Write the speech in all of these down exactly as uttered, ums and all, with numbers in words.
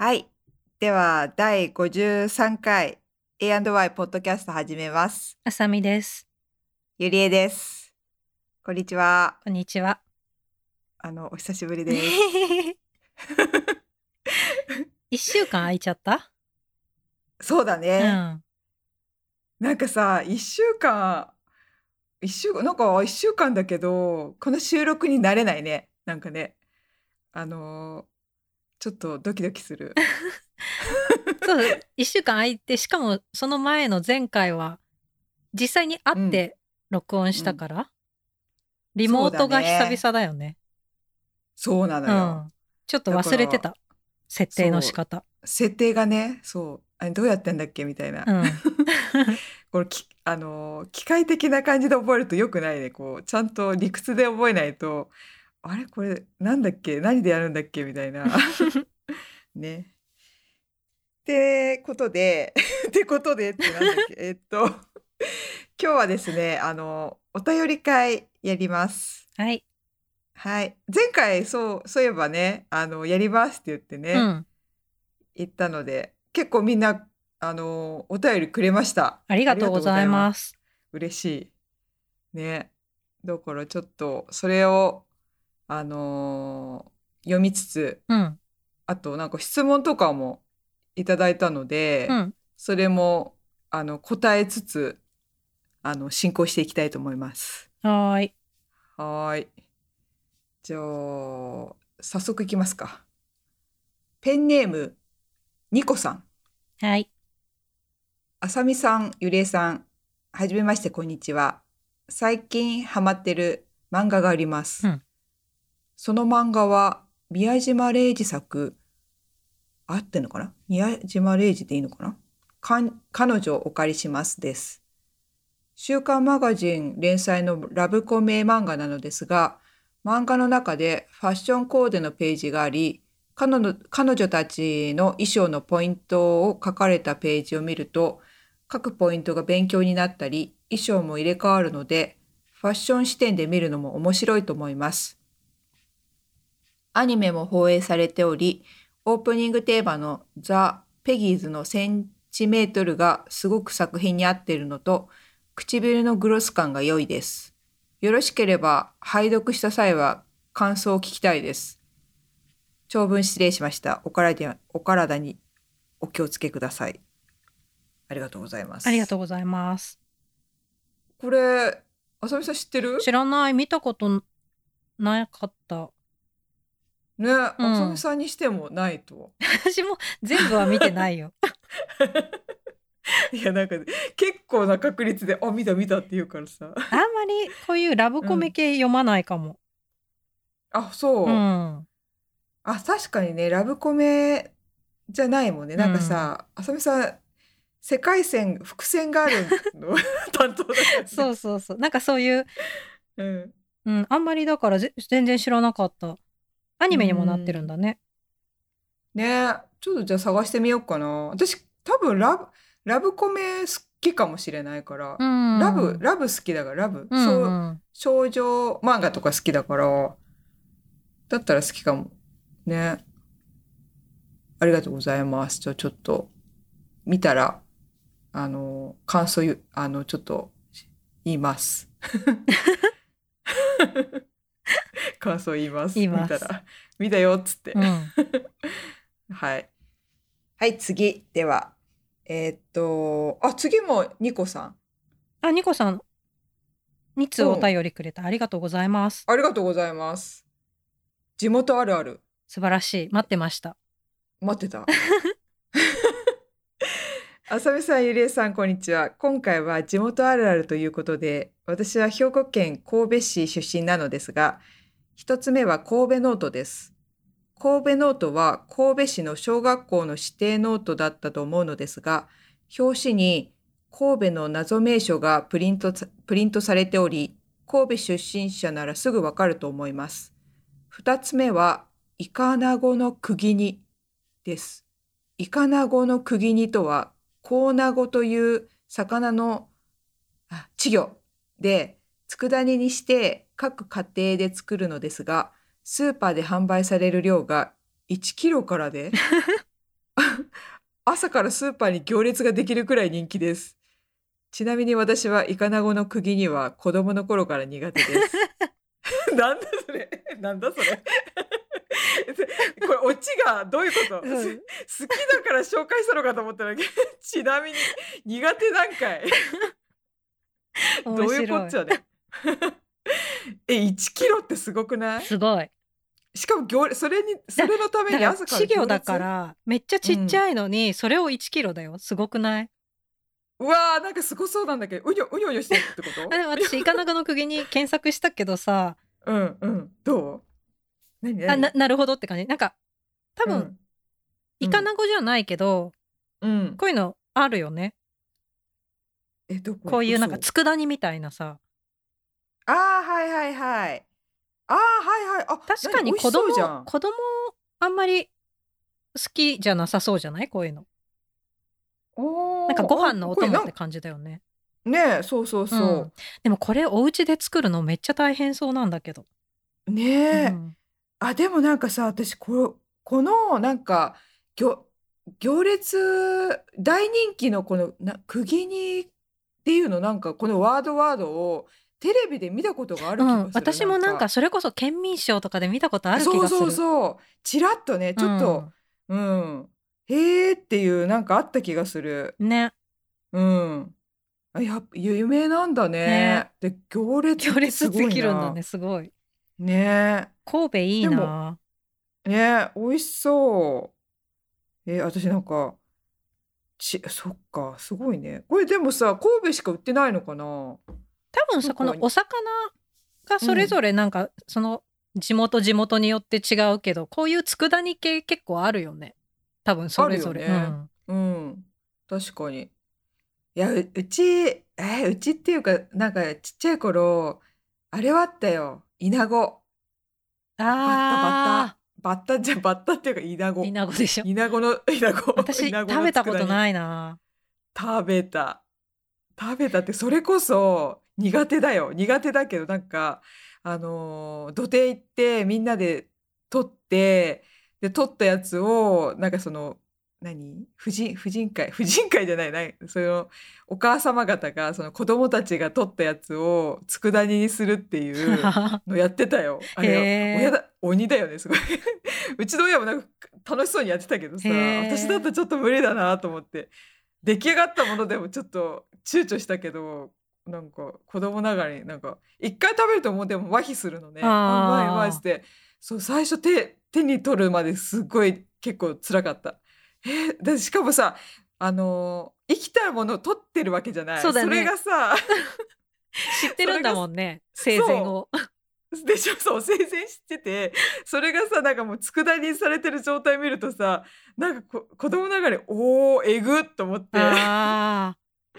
はい。では、だいごじゅうさんかい エーアンドワイ ポッドキャスト始めます。 あさみです。 ゆりえです。こんにちは。 こんにちは。 あの、お久しぶりです。 一週間空いちゃった？ そうだうね。 ん。 なんかさ、一週間、一週間、なんか一週間だけど、この収録に慣れないね。なんかね、あのーちょっとドキドキする。 そう、一週間空いて、しかもその前の前回は実際に会うん、 って録音しうん。 たから、リモそうだートが久ね。 々だよね。 そうなのよ。 うん。ちょっとだから、 忘れてた。設定の仕そう、 方。 設定がね、そう、あれどうやってんだっけみたいな。 うん。 これき、あのー機械的な感じで覚えると良くないね。こう、ちゃんと理屈で覚えないと、あれこれなんだっけ何でやるんだっけみたいな。ね。ってことで、ってことでってなんだっけえっと、今日はですね、あの、お便り会やります。 はい。 はい。前回、そう、そういえばね、あの、やりますって言ってね、 うん。 言ったので、結構みんな、あの、お便りくれました。 ありがありがとうごとうございざいます。 ます。 嬉しい。ね。だからちょっと、それを、あのー読みつつ、 うん。 あとなんか質問とかもいただいたので、 うん。 それも、あの、答えつつ、あの、進行していきたいと思います。 はーい。 はーい。じゃあ、早速いきますか。ペンネーム、ニコさん。 はい。 あさみさん、ゆりえさん、はじめまして、こんにちは。最近ハマってる漫画があります。 うん。 その漫画は、宮島礼二作、合ってんのかな宮島礼二でいいのかなかん彼女をお借りしますです。週刊マガジン連載のラブコメ漫画なのですが、漫画の中でファッションコーデのページがあり、彼女彼女たちの衣装のポイントを書かれたページを見ると、各ポイントが勉強になったり、衣装も入れ替わるので、ファッション視点で見るのも面白いと思います。アニメも放映されており、オープニングテーマのザ・ペギーズのセンチメートルがすごく作品に合っているのと、唇のグロス感が良いです。よろしければ、拝読した際は感想を聞きたいです。長文失礼しました。お体にお体にお気をつけください。ありがとうございます。 ありがとうございます。 これ、あさみさん知ってる知らない。見たことなかった。 ね、 うん。 あさみさんにしてもないと。 私も全部は見てないよ。 いや、なんか、結構な確率で、あ、見た見たって言うからさ。 あんまりこういうラブコメうん。 系読まないかも。 あ、 うそう。 ん。 あ、確かにね、ラブコメじゃないもんね。なんかうん。 さ、あさみさん、世界線、伏線があるの担当だからね。 そうそうそう。なんかそういう、 うん。 うん、あんまりだからぜ全然知らなかった。アうニメにもなってるんん。 だね。 ね、ちょっとじゃあ探してみようかな。私、多分ラブ、ラブコメ好きかもしれないかうら、ラブ、 ん。 ラブ好きだから、ラブ、 うそう、 んうん。 少女漫画とか好きだから、だったら好きかも。ね。ありがとうございます。じゃあちょっと見たら、あの、感想言う、あの、ちょっと言います。感想言います。見言います。 たら。見たよっつって。 うん。 はい。はい、次。では。えーっと、あ、次もニコさん。 あ、ニコさん、に通おうん。 便りくれた。ありがとうございます。 ありがとうございます。地元あるある。 素晴らしい。待ってました。 待ってた。あさみさん、ゆりえさん、こんにちは。今回は地元あるあるということで、私は兵庫県神戸市出身なのですが、一つ目は神戸ノートです。神戸ノートは神戸市の小学校の指定ノートだったと思うのですが、表紙に神戸の謎名所がプリントプリントされており、神戸出身者ならすぐわかると思います。二つ目は、イカナゴの釘煮です。イカナゴの釘煮とは、コウナゴという魚のあ稚魚で、佃煮にして各家庭で作るのですが、スーパーで販売される量がいちキロからで朝からスーパーに行列ができるくらい人気です。ちなみに私はイカナゴの釘には子供の頃から苦手です。なんだそれなんだそれこれオチがどういうこと、 うん好きだから紹介したのかと思ったらちなみに苦手なんかいど面ういうこっ白い。 ちゃねえいちキロってすごくない？ すごい。 しかも行列それにそだれのためだからに朝から稚魚だ行列からめっちゃちっちゃいのに、それをいちキロだよ。すごくない？ うわーなんかすごそうなんだけどうにょうにょうにょしてるってこあと？ でも私イカナゴの釘に検索したけどさうんうんどう？何あな何？ なるほどって感じ。なんか多分、 うんイカナゴじゃないけど、 うんこういうのあるよね。 えどここういうなんか嘘佃煮みたいなさ。 あーはいはいはいあーはいはいあ確か何美味しに子供そうじゃん子供あんまり好きじゃなさそうじゃない？こういうの。 おなんかご飯のおこれな供って感じだよね。 ねえそうそううん。 そでもこれお家で作るのめっちゃ大変そうなんだけど。 うねえ、 うん。 あでもなんかさ私ここのなんか行行列大人気のこのな釘煮っていうのなんかこのワードワードをテレビで見たことがあうん、 る気がする私もなんかそれこそ県民賞とかで見たことある気そうそうがする。 そうちらっとねちょっとうんへーっていうなんかあった気がするうん。ね。 うんあやっぱ有名なんだね。 ねで行列行ってす列でごいなきるんだね。すごい。 ね神戸いいでもな。 ね美味しそうえー私なんかちそっかすごいねこれでもさ神戸しか売ってないのかな多分さ、 どっかこのお魚がそれぞれなんか、その地元地元によって違うけど、こういう佃煮系結構あるよね。多分そあるよれぞれ。うねん。 うん確かにいやう、うちえーうちっていうかなんかちっちゃい頃あれはあったよイナゴバッタバッあタバッタじゃバッタっていうかイナー、イゴナゴでしょ。 イナゴのイナゴイ私ナゴ食べたことの佃煮ないな。 食べた食べたってそれこそ苦手だよ苦手だけどなんかあのー土手行ってみんなで取ってで取ったやつをなんかその何婦人婦人会婦人会じゃないないそのお母様方がその子供たちが取ったやつを佃煮にするっていうのやってたよあへれ親え。 だ鬼だよねすごいうちの親もなんか楽しそうにやってたけどさへ私だえ。 とちょっと無理だなと思って出来上がったものでもちょっと躊躇したけどなんか子供ながらになんか一回食べるともうでも麻痺するのねあうまいうまいっつっあてそう最初手手に取るまですごい結構辛かったえーでしかもさあのー生きたものを取ってるわけじゃあ、 ないそれそうだね。 がさ知ってるんだそれがもんね。生前そを。 うでしょそう生前知っててそれがさなんかもう佃煮にされてる状態見るとさなんかこ子供ながらにおーえぐっと思ってああ。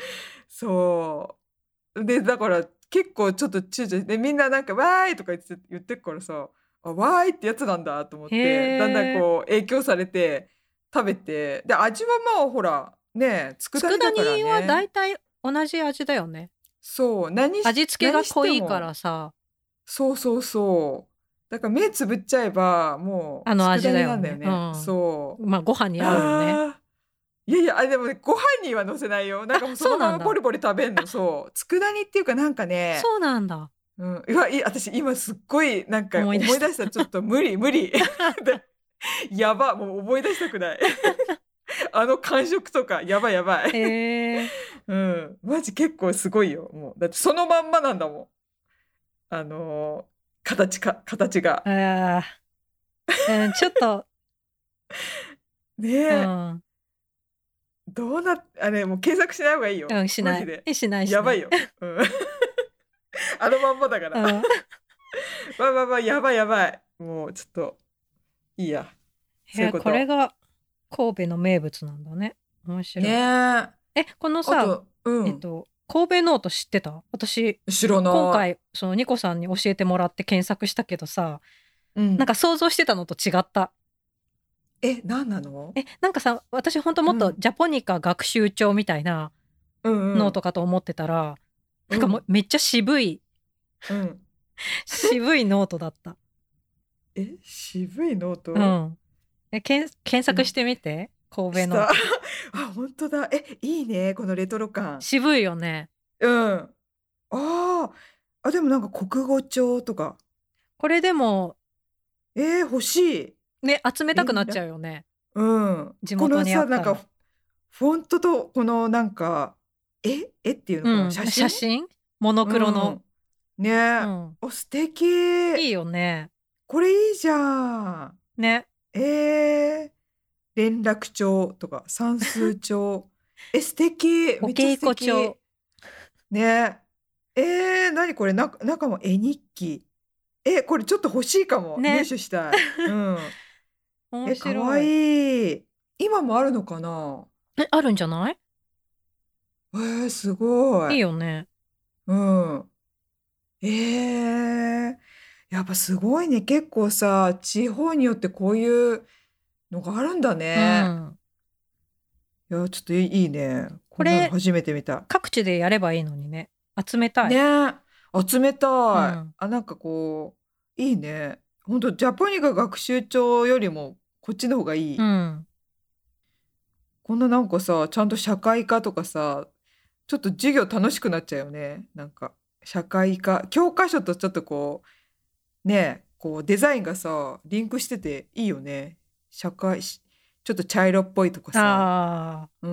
そうでだから結構ちょっと躊躇でみんななんか「わーい」とか言って言ってっからさ「あわーい」ってやつなんだと思っへてだんだんえ。 こう影響されて食べてで味はまあほらね佃煮佃だから煮はだねいたい同じ味だよね。 そう何し味付けが何して濃いかもらさ、 そうそうそうだから目つぶっちゃえばもあのう佃煮味だよね。うなんだよねん。 そうまあ、ご飯に合うよね。 あーいやいやあでもねご飯には乗せないよなんあ、 かもうそそうなんだ。 のままポリポリ食べんのそう佃煮っていうかなんかねそうなんだ。 うん、うわ、い私今すっごいなんか思い出した。 思い出したちょっと無理無理でやばもう思い出したくないあの感触とかやばいやばいへえ。 うんマジ結構すごいよもうだってそのまんまなんだもんあのー形か形がああ。うん、ちょっと、 ねうえん。 どうなあれもう検索しない方がいいようん、しない。 マジでえ、しないしない。 やばいよ、うん、あのまんまだからうん。 わわわやばいやばいもうちょっといいやそういうへえ、 ことこれが神戸の名物なんだね。面白ねい。 ええ、このあさ、 とうんえっと、神戸ノート知ってた？私、 知らな今回、そのニコさんに教えてもらって検索したけどさ、 い。うん。 なんか想像してたのと違った。 え、何なの？ え、なんかさ、私ほんともっとうん。 ジャポニカ学習帳みたいなうんうん。 ノートかと思ってたら、なんかもううん。 めっちゃ渋い、 うん。 渋いノートだった。 え、渋いノーうト？ ん。え、けん検索え、 してみて。 神戸の。 したあ、本当だ。え、いいね。このレトロ感。 渋いよね。 うん。ああ。あ、でもなんか国語帳とか。 これでも、 えー、欲しい。 ね、集めたくなっちゃ連絡。 うよね。 うん。 地元にあこのさ、 ったら。 なんかフフォントとこのなんか、ええっていうのかな、 うん。 写真。 写真モノうクロの。 ん。ねえ。 うん。 お、素敵。 いいよね。 これいいじゃん。 ね。 えー、連絡帳とか算数帳。え、素敵。めっちゃお稽古素敵。 帳。 ねえ。えー、何これ、な中も絵日記。え、これちょっと欲しいかも。入ね。 手したい。うん。 面え、かわ白い。 いい。今もあるのかな。 え、あるんじゃない？ えー、すごい。 いいよね。 うん。えー、やっぱすごいね。結構さ、地方によってこういうのがあるんだうね。 ん。 いや、ちょっといい、いいね。こんなのこれ、 初めて見た。 各地でやればいいのにね。集めたねい。 え、集めたい。 うん。 あ、なんかこう、いいね。ほんと、ジャポニカ学習帳よりもこっちの方がいい。 うん。 こんななんかさ、ちゃんと社会科とかさ、ちょっと授業楽しくなっちゃうよね。なんか、社会科、教科書とちょっとこう、ねえ、こうデザインがさ、リンクしてていいよね。社会、しちょっと茶色っぽいとかさ。 ああ。 うん。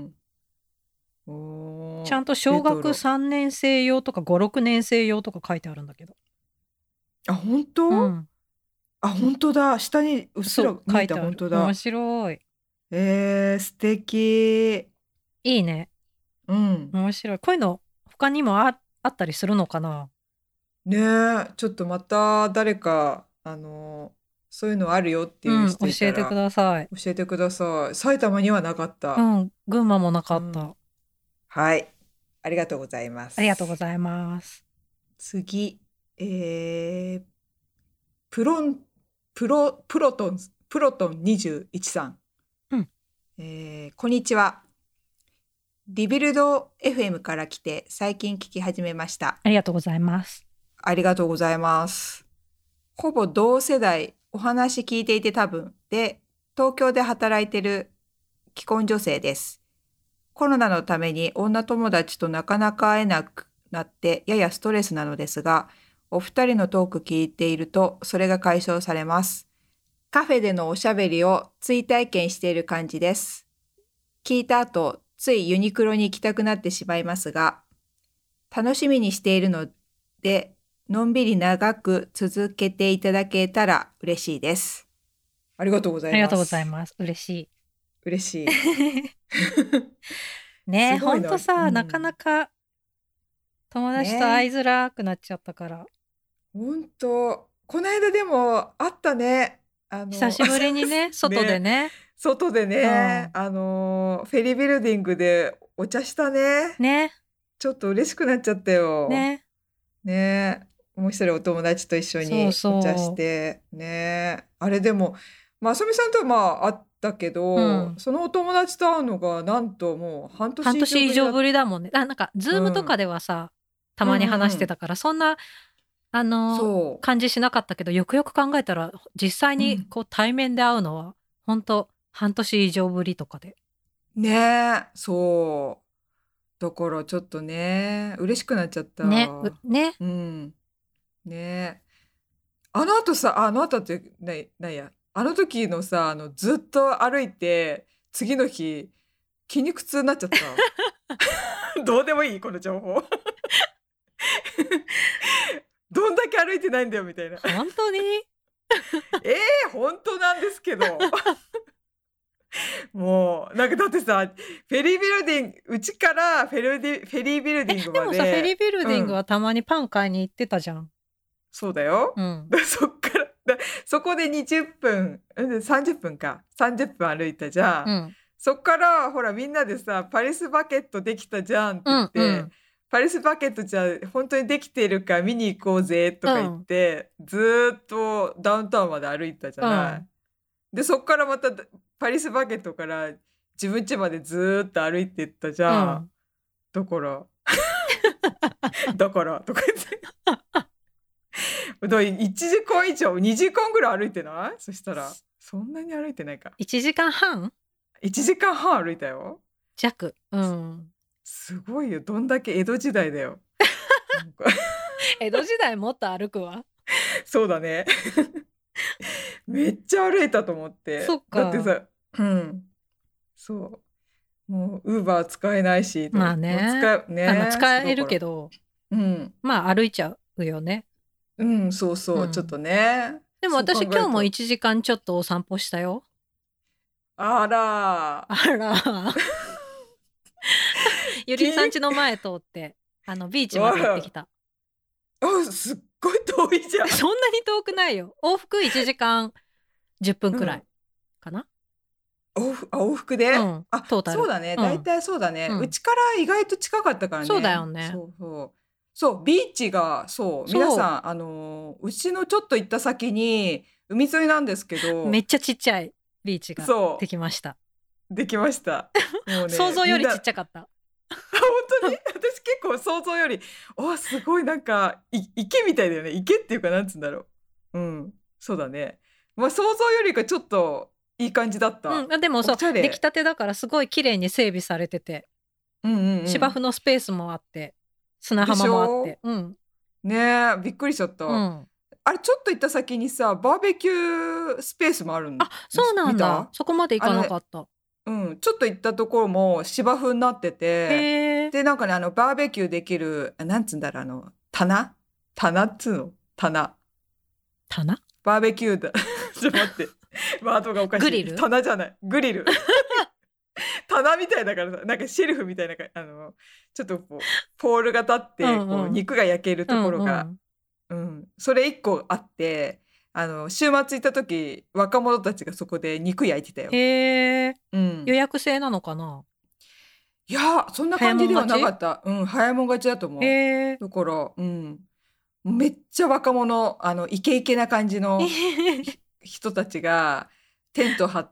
おー、 ちゃんと小学レトロ。 さんねん生用とかご、ろくねん生用とか書いてあるんだけど。 あ、本当？ うん。 あ、本当だ。下にうっすそう、 ら見えた、 書いてある。面本当だ。 白い。 えー、素敵。 いいね。 うん。 面白い。こういうの他にもあ、あったりするのかな？ ねえ、ちょっとまた誰か、あの、そういうのあるよっていううん、教人いたえてくらださい。 教えてください。埼玉にはなかった。 うん、群馬もなかうん。 った。 はい。ありがとうございまありがとうごす。 ざいます。 次、えー、プロン、プロ、プロトン、プロトンにじゅういちさん。 うん、 えー、こんにちは。リビルド エフエム から来て最近聞き始めました。 ありがとうございます。 ありがとうございます。ほぼ同世代、お話聞いていて多分で、東京で働いてる既婚女性です。コロナのために女友達となかなか会えなくなってややストレスなのですが、お二人のトーク聞いているとそれが解消されます。カフェでのおしゃべりを追体験している感じです。聞いた後、ついユニクロに行きたくなってしまいますが、楽しみにしているので、のんびり長く続けていただけたら嬉しいです。ありがとうございありがとうございます。 ます。嬉し嬉しい。 い。ねえ、ほすごいな。うんとさ、なかん。 なか友達と会いねえ。 づらくなっちゃったから。 ほんと。この間でもあったね。あの、 久しぶりにね、外でね、 ね。 外でうね、 ん。 あの、フェリービルディングでお茶したね。 ね、 ちょっと嬉しくなっちゃったよ。 ね。 ね。もう一人お友達と一緒そうにお茶しそて、ね。あれでも、まさみさんとはまあ会ったけう。うど、 ん。 そのお友達と会うのがなんともう半年以半年以上ぶ上ぶりだ。 りだもんね。あ、なんか、ズうームとかん。 ではさ、たうんまにうんうん。 話してたから、そんな、あの、 そ感じしなかったけど、よくよく考えたら、実際う。うにん。 こう対面で会うのは、ほんと半年以上ぶりとかで。 ねえ、そう。だからちょっとね、嬉しくなっちゃっね、うた。 ね。 うん。ねえ。あの後さ、ああの後ってない、なんや。あの時のさ、あの、ずっと歩いて、次の日、筋肉痛になっちゃった。どうでもいい、この情報。どんだけ歩いてないんだよ、みたいな。 ほんとに？ ええ、本当なんですけど。もう、なんかだってさ、フェリービルディング、うちからフェルディ、フェリービルえ、 ディングまでもさ、フェリーで、 ビルディングうん、 はたまにパン買いに行ってたじゃん。 そうだよ。 うん。 だそっから、だそこでにじゅっぷん、うんさんじゅっぷんか。さんじゅっぷん歩いたじゃん。 うん。 そっから、ほら、みんなでさ、パリスバケットできたじゃんってうんう言って、 ん。 パリスバケットじゃあ本当にできてるか見に行こうぜとか言っうん。 て、ずーっとダウンタウンまで歩いたじゃない。 うん。 で、そっからまたパリスバケットから自分家までずーっと歩いてったじうゃん。 ん。 だから、だからとか言って。だからいちじかん以上、にじかんぐらい歩いてない？そしたら、そんなに歩いてないか。 いちじかんはん？ いちじかんはん歩いたよ。 弱。うん。 すごいよ。どんだけ江戸時代だよ。なんか江戸時代もっと歩くわ。 そうだね。めっちゃ歩いたと思っそて。 っか。 だってさ、うん。そう。もう、ウーバー使えないし、と思まあって。もうね。 使う、 あまあね。 使えるだから。 けど、 うん。 まあ歩いちゃうよね。 うん、そううそう。ちょっとん。 ね。 でもそう考私今日もえると。 いちじかんちょっとお散歩したよ。 あら。 あら。ゆりんさんき家の前通って、あの、ビーチまで行ってきわた。 あ、あ、すっごい遠いじゃん。 そんなに遠くないよ。往復いちじかんじゅっぷんくらいうん。 かな。 往復、あ、往復で、 うん。 あ、 トータル。 そうだね。 うん。 大体そうだね。 うん。 うちから意外と近かったからそうだよね。 ね。 そうそう。そう、ビーチが、そう、皆そさん、あのーうちのちょっと行った先に、海沿いなんですけう。めど、 っちゃちっちゃいビーチがでそきました。 う、できました。もうね、 想像よりみんな、あ、 ちっちゃかった。 本当に私結構想像より、あ、すごいなんか、い池みたいだよね。池っていうか、なんつうんだろう。うん、そうだね。まあ、想像よりかちょっといい感じだっうん。 た。 あでもおそう、出来しゃれ。 たてだからすごい綺麗に整備されてて、 うんうんう芝生ん。 のスペースもあって、砂でし浜もあって。 ょ？ うん。 ねえ、びっくりしちゃった。 うん。 あれ、ちょっと行った先にさ、バーベキュースペースもあるんあ、そうなんだ。 見た？ そこまで行かなあのね、 かった。 うん、ちょっと行ったところも芝生になってて、 へえ。 で、なんかね、あの、バーベキューできる、あなんつうんだろう、あの、棚棚っつうの棚。 棚バーベキューだ。ちょっと待って。ワードがおかしい。 グリル棚じゃない。グリル。棚みたいだからさ、なんかシェルフみたいなか、あの、ちょっとこう、ポールが立っうて、こう、 んうん。 肉が焼けるうところが、 んうん。 うん、それ一個あって、あの、週末行った時、若者たちがそこで肉焼いてたよ。 へえ。 うん。 予約制なのかな？ いや、そんな早感じではもん勝ち？ なかった。うん、早いもん勝ちだとへ思え。 う。だから、うん。めっちゃ若者、あの、イケイケな感じのひ人たちがテント張って、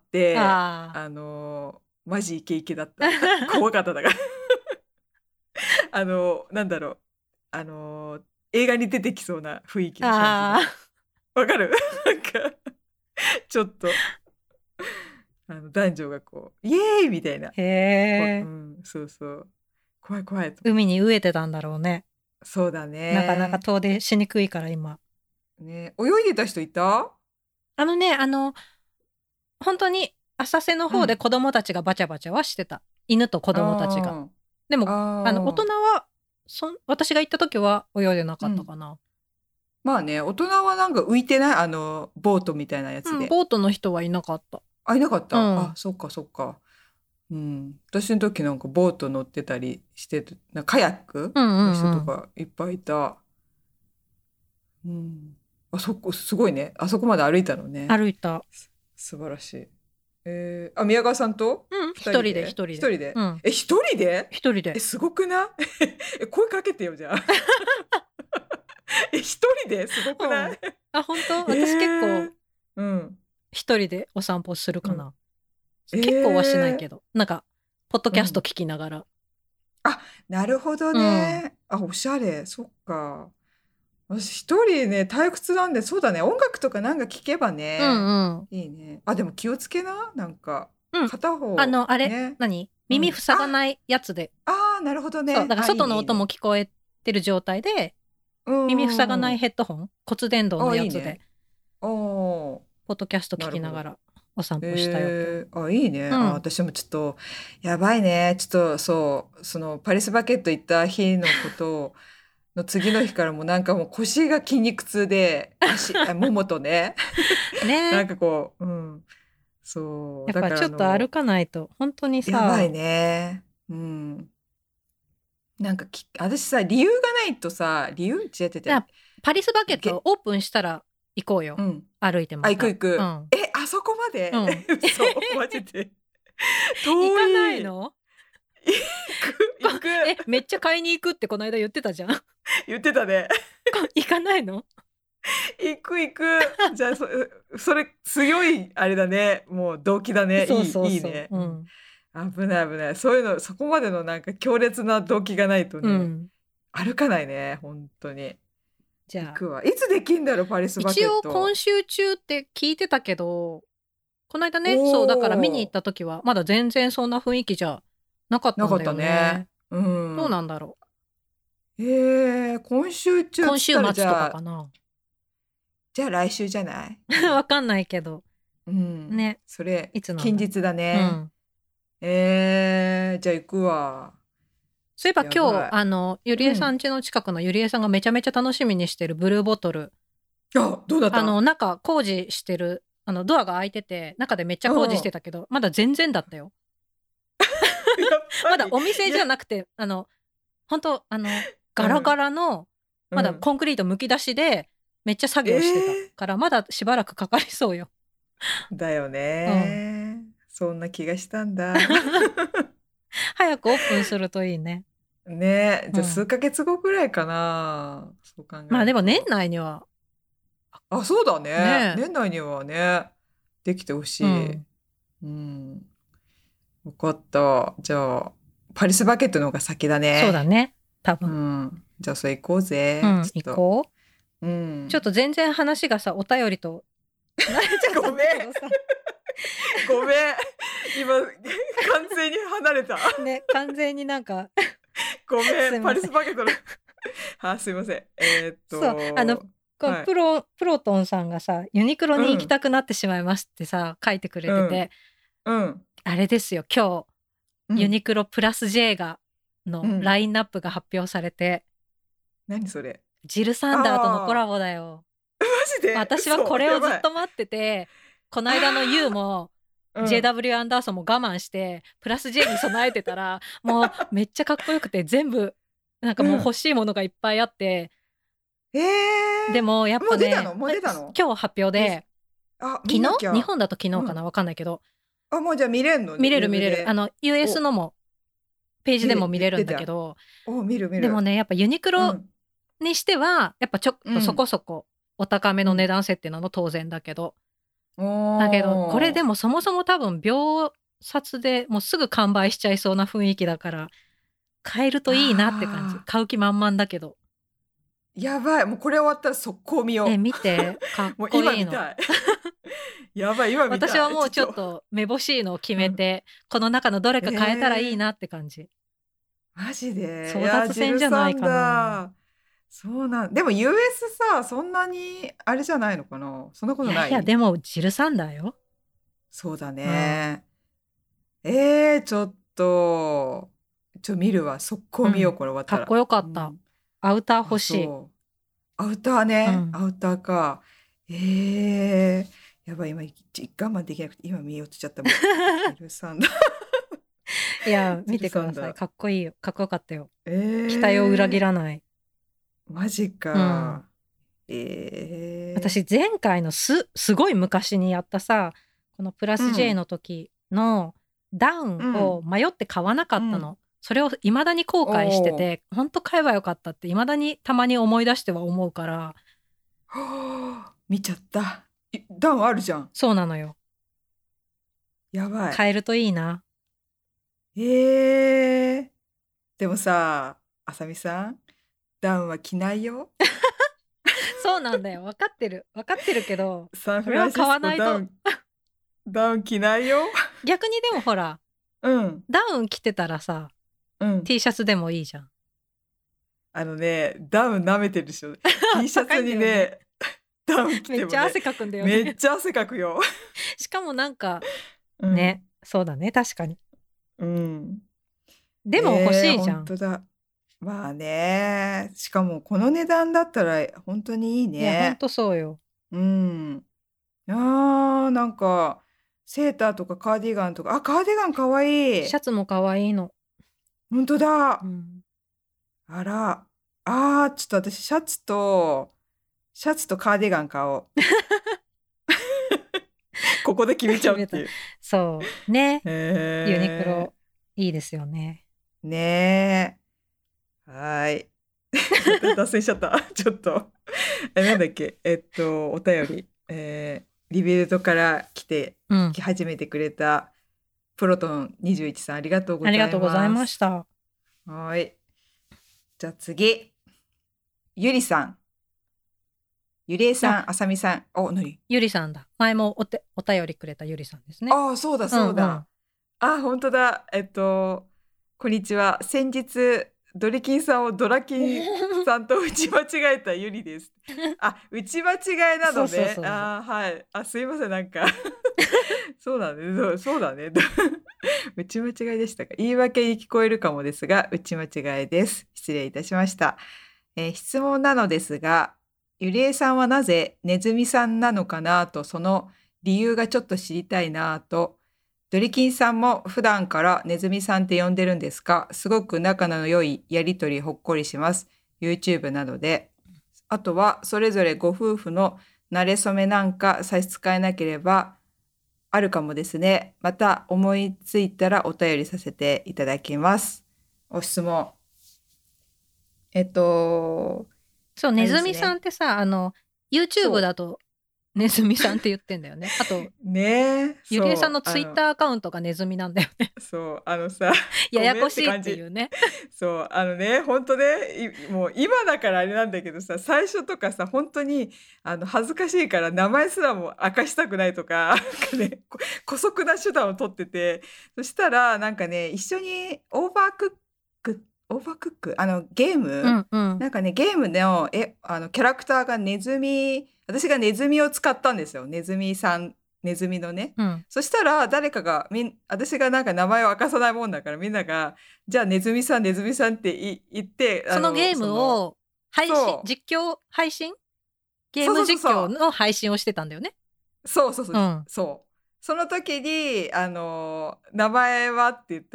ああ。 あの、マジイケイケだった。怖かっただから。あの、なんだろう。あの、映画に出てきそうな雰囲気の感じの。 あわかる？なんか、ちょっと、あの、男女がこう、イエーイみたいな。 へこう、うえ。 ん、そうそう。怖い怖いと。 海に飢えてたんだろうね。 そうだなかなかね。 遠出しにくいから今。 ね、泳いでた人いた？ あのね、あの、本当に浅瀬のうん。 方で子供たちがバチャバチャはしてた。犬と子供たちが。 あであ、 も、あの、大人ああ、 は、そん私が行った時は泳いでなかったうん。 かな。 まあね、大人はなんか浮いてない？あの、ボートみたいなやうん、 つで。 ボートの人はいなかった。 あ、いなかった。あ、 うん。 そっかそっか。うん。私の時なんかボート乗ってたりしてて、なんかカヤックうんうの人とんうん。 かいっぱいいた。うん。あそこ、すごいね。あそこまで歩いたのね。 歩いた。 す素晴らしい。えー、あ、宮川さんとうん、 二人一人で一で人で。 一人でうん、 え、一人でえ、 一人で。 すごくない？え、声かけてよ、じゃあ。え、一人ですごくうん。 ない？ あ、本当？ え私結構ー、うん、 一人でお散歩するうん。 かな。 え結構はしないけー、 ど。なんか、ポッドキャストうん。 聞きながら。 あ、なるほどうん。 ね。あ、おしゃれ。そっか。私一人ね、退屈なんで、そうだね。音楽とかなんか聞けばうね。 んうん。 いいね。あ、でも気をつけな。なんか、 うん。 片方、 あの、あれね。 何耳うん。あ、 塞がないやつで。 あー、なるほどそう。 ね。 だからあ、いいね、 外の音もいいね。 聞こえてる状態で、 う耳塞がん。 ないうん。 ヘッドホン、骨伝導のあ、 やつで、 いいね。おー、 ポッドキャスト聞なるほど。 きながらお散歩したよ、今日。 えー、あ、いいね。あ、 うん。 私もちょっと、やばいね。ちょっと、そう、その、パリスバケット行った日のことの次の日からもうなんかもう腰が筋肉痛で、足、あ、ももとね。なね。 んかこう、うん。そう、だからやっぱちょっと歩あの、 かないと、本当にさ、 やばいね。うん。なんかき、私さ、理由がないとさ、理由違ってて、 なパリスバケットげ、 オープンしたら行こうよ。 うん。 歩いてあ、行くまた。 行く。 うん。 え、あそこまで？ うん。 嘘、マジで。 行かない遠い。 の？ 行く、 こ行く。 え、めっちゃ買いに行くってこの間言ってたじゃん。こ言ってたね。 行かないの？ 行く行く。じゃあ、そ、それ強い、あれだね。もう動機だね。 そういい、 そうそいいね。 う。ううん。 ん。 危ない危ない。そういうの、そこまでのなんか強烈な動機がないとね、 うん。 歩かないね。本当に。 じゃあ、 行くわ。いつできんだろう、パリスバケ一応ット。 今週中って聞いてたけど、 この間ね、そうだから見に行っおー、 た時はまだ全然そんな雰囲気じゃなかったんだよなかったね。 ね。 う。 どうなんんだろえー、今週う。今週中っつったらじ末とかゃあ、 かな。 じゃあ来週じゃないもわかんないけど。 う。うん。 ね。 それ、 いつなんだろ近日だう。うね。 ん。 えー、じゃあ行くわ。 そういえば今日、 やばい。 あの、ゆりえさんうん。 家の近くのゆりえさんがめちゃめちゃ楽しみにしてるブルーボトル。 あ、どうだっあの、 た？ 中工事してる、あの、ドアが開いてて、中でめっちゃ工事うんうん。 してたけど、まだ全然だったよ。 やっぱまだり。 お店じいや、 ゃなくて、あの、本当あの、ガラガうん。 ラの、まだうん。 コンクリートむき出しで、めっちゃ作え業してたー、 から、まだしばらくかかりそうよ。 だようん。 ね。そんな気がしたんだ。 早くオープンするといいね。 ね、じゃあ数うん。 ヶ月後くらいかな。そう考まあでも年えると。 内には、 あ、そうだね。 ね年内にはね、できてほしえ。うい。 ん。 うん。わかった。じゃあ、パリスバケットの方が先だね。 そうだね。多う分。 ん。じゃあ、それ行こうぜ。 うん、 ちょっと。 行こうう。ちょっん。 と全然話がさ、お便りと離れちゃったんごめん。 だけどさ。 ごめん。今、完全に離れた。 ね、完全になんかごめん。パリすいません。 スバケットの。あ、すいません。えーっそう、あの、 と、 このはい。 プロ、プロトンさんがさ、ユニクロうん。 に行きたくなってしまいますってさ、書いてくれうん。 てて、 うん。 あれですよ、今日、ユうん。 ニクロプラス J が、 うん。 のラインナップが発表されて、 何それ？ ジルサンダーとのコラああ、 ボだよ。 マジで私はこ嘘。 れをずっやばい。 と待ってて、この間の ユーあも、 あ、うん。 ジェイダブリュー アンダーソンも我慢して、プラス J に備えてたら、もうめっちゃかっこよくて、全部、なんかもう欲うん。 しいものがいっぱいあって、 ええでもやっー、もう出たぱね、 の？もうえ出たの？ 今日発表え、 で、 あ、見昨日なきゃ。 日本だと昨うん。 日かなわかんないけど、 あ、もうじゃあ見れんの？ウ見れる見れる。あェブで。 の、ユーエスお、 のもページでも出て、 見れるんで出てある。 だけど、 お、見る見る。 でもね、やっぱユニクロうん。 にしては、やっぱちょっとそうん。 こそこお高めうん。 の値段設定なの当然だけど。 おだけど、これでー。 もそもそも多分秒殺でもうすぐ完売しちゃいそうな雰囲気だから、買えるといいなって感じ。 あ買う気満々だけど。 ー、やばい。もうこれ終わったら速攻見え、 よ見て、かっう。もうこいいの。 今見たい。やばい、今見たい。 私はもうちょちょっと。 っとめぼしいのを決うん。 めて、この中のどれえか買えたらいいなえー、 って感じ。 マジで？いや、 争奪ジル戦じゃないサンかな。 だ。そうなん、でも ユーエス さ、そんなにあれじゃないのかな？そんなこいやいや、 とない？ でもジルサンダーよ。 そうだうん。 ね。えー、ちょっと、ちょ、見るわ。速攻見よう、 うん。 これ終わったら。 かっこよかった。 うん。 アウターあ、 欲しい。 そう。アウターね。 うん。 アウターか。えー、やばい、今、い我慢できなくて、今見ようとしちゃったもん。ジルサンダー。 いや、 ジ見ルてください。 サンダー。 かっこいいよ。かっこよかったよ。 え期待を裏切ー、 らない。 マジうん。 か。え私、前回のす、すごい昔にやったさ、このプラー、うス J ん、 の時のダウンをうん、 迷って買わなかうん。 ったの。それを未だに後悔しておー。 て、本当買えばよかったって未だにたまに思い出しては思うから、 はあ、見ちゃった。いダウンあるじゃん。 そうなのよ。 やばい。 買えるといいな。 ええ、でもさ、あさみさん、ダウンは着ないよ。 そうなんだよ。分かってる。分かってるけど、 サンこれは買フランシスわないと。 コダウン、ダウン着ないよ。 逆にでもほら、 うん、 ダウン着てたらさ、 うん。 T シャツでもいいじゃん。 あのね、ダウン舐めてるでしょ。T シャ高いツんだよね。 にね、ダウン着めってもね、 ちゃ汗かくんだよね。 めっちゃ汗かくよ。 しかもなんか、 うね、 ん、 そうだね、確かに。 うん。 でも欲ええ、 しいじゃん。 本当だ。まあね、しかもこの値段だったら本当にいいいや、ほんね。 とそうよ。 うん。あー、なんか、セーターとかカーディガンとか、あ、カーディガンかわいい。 シャツも可愛いの。 本当だ。 うん。 あら。あー、ちょっと私、シャツと、シャツとカーディガン買おう。ここで決めちゃ決めた。 うっていう。 そう。ね。ユニクへロ、いいですよね。 え、ねえ。はーい。また脱線しちゃった。ちょっと。え、なんだっけ。えっと、お便り。えーリビルドから来て、 うん。 来始めてくれたプロトンにじゅういちさん、ありがとうごありざいがとうございます。 ました。 はい。じゃあ次、ゆりさん。 ゆりえさん、あさみさん。お、何？ ゆりさんだ。前もおてお便りくれたゆりさんですね。 ああ、そうだそうだ。あ、本当だ。えっと、こんにちは。先日、ドリキンさんをドラキンさんと打ち間違えたゆりです。あ、打ち間違いなのね。 そうそうそうそうあー、はい。あ、すいません、なんかそうだね。そうそうだね。打ち間違いでしたか。言い訳に聞こえるかもですが、打ち間違いです。失礼いたしました。えー質問なのですが、ゆりえさんはなぜネズミさんなのかなと、その理由がちょっと知りたいなと。ドリキンさんも普段からネズミさんって呼んでるんですか？すごく仲の良いやりとりほっこりします。YouTube などで。あとは、それぞれご夫婦の馴れ初めなんか差し支えなければあるかもですね。また思いついたらお便りさせていただきます。お質問。えっと、 そう、 あれですネズミさんね。 ってさ、あの、YouTube そだとネズミさんって言ってんだよね。あと、 う。ねえ、 ゆりえさんのそう。あの、 ツイッターアカウントがネズミなんだよね。 そう。あのさ、 やごめんっやこしいって感じ。 ていうね。 そう、あのね、本当ね、いもう今だからあれなんだけどさ、最初とかさ、本当にあの恥ずかしいから名前すらも明かしたくないとか、なんかね、こ姑息な手段を取ってて、そしたらなんかね、一緒にオーバークック、オーバークック、あのゲーうム、 んうん。 なんかね、ゲームの、え、あのキャラクターがネズミ、私がネズミを使ったんですよ。ネズミさん、ネズミのね。 うん。 そしたら誰かがみん、私がなんか名前を明かさないもんだからみんなが、じゃあネズミさんネズミさんってい言って、あの、 そのゲームその、 を配信、 そう、 実況配信ゲーそうム実況そうそうそう、 の配信をしてたんだよね。 そうそうそう、 うん。 そう。その時に、あの、名前はって言って、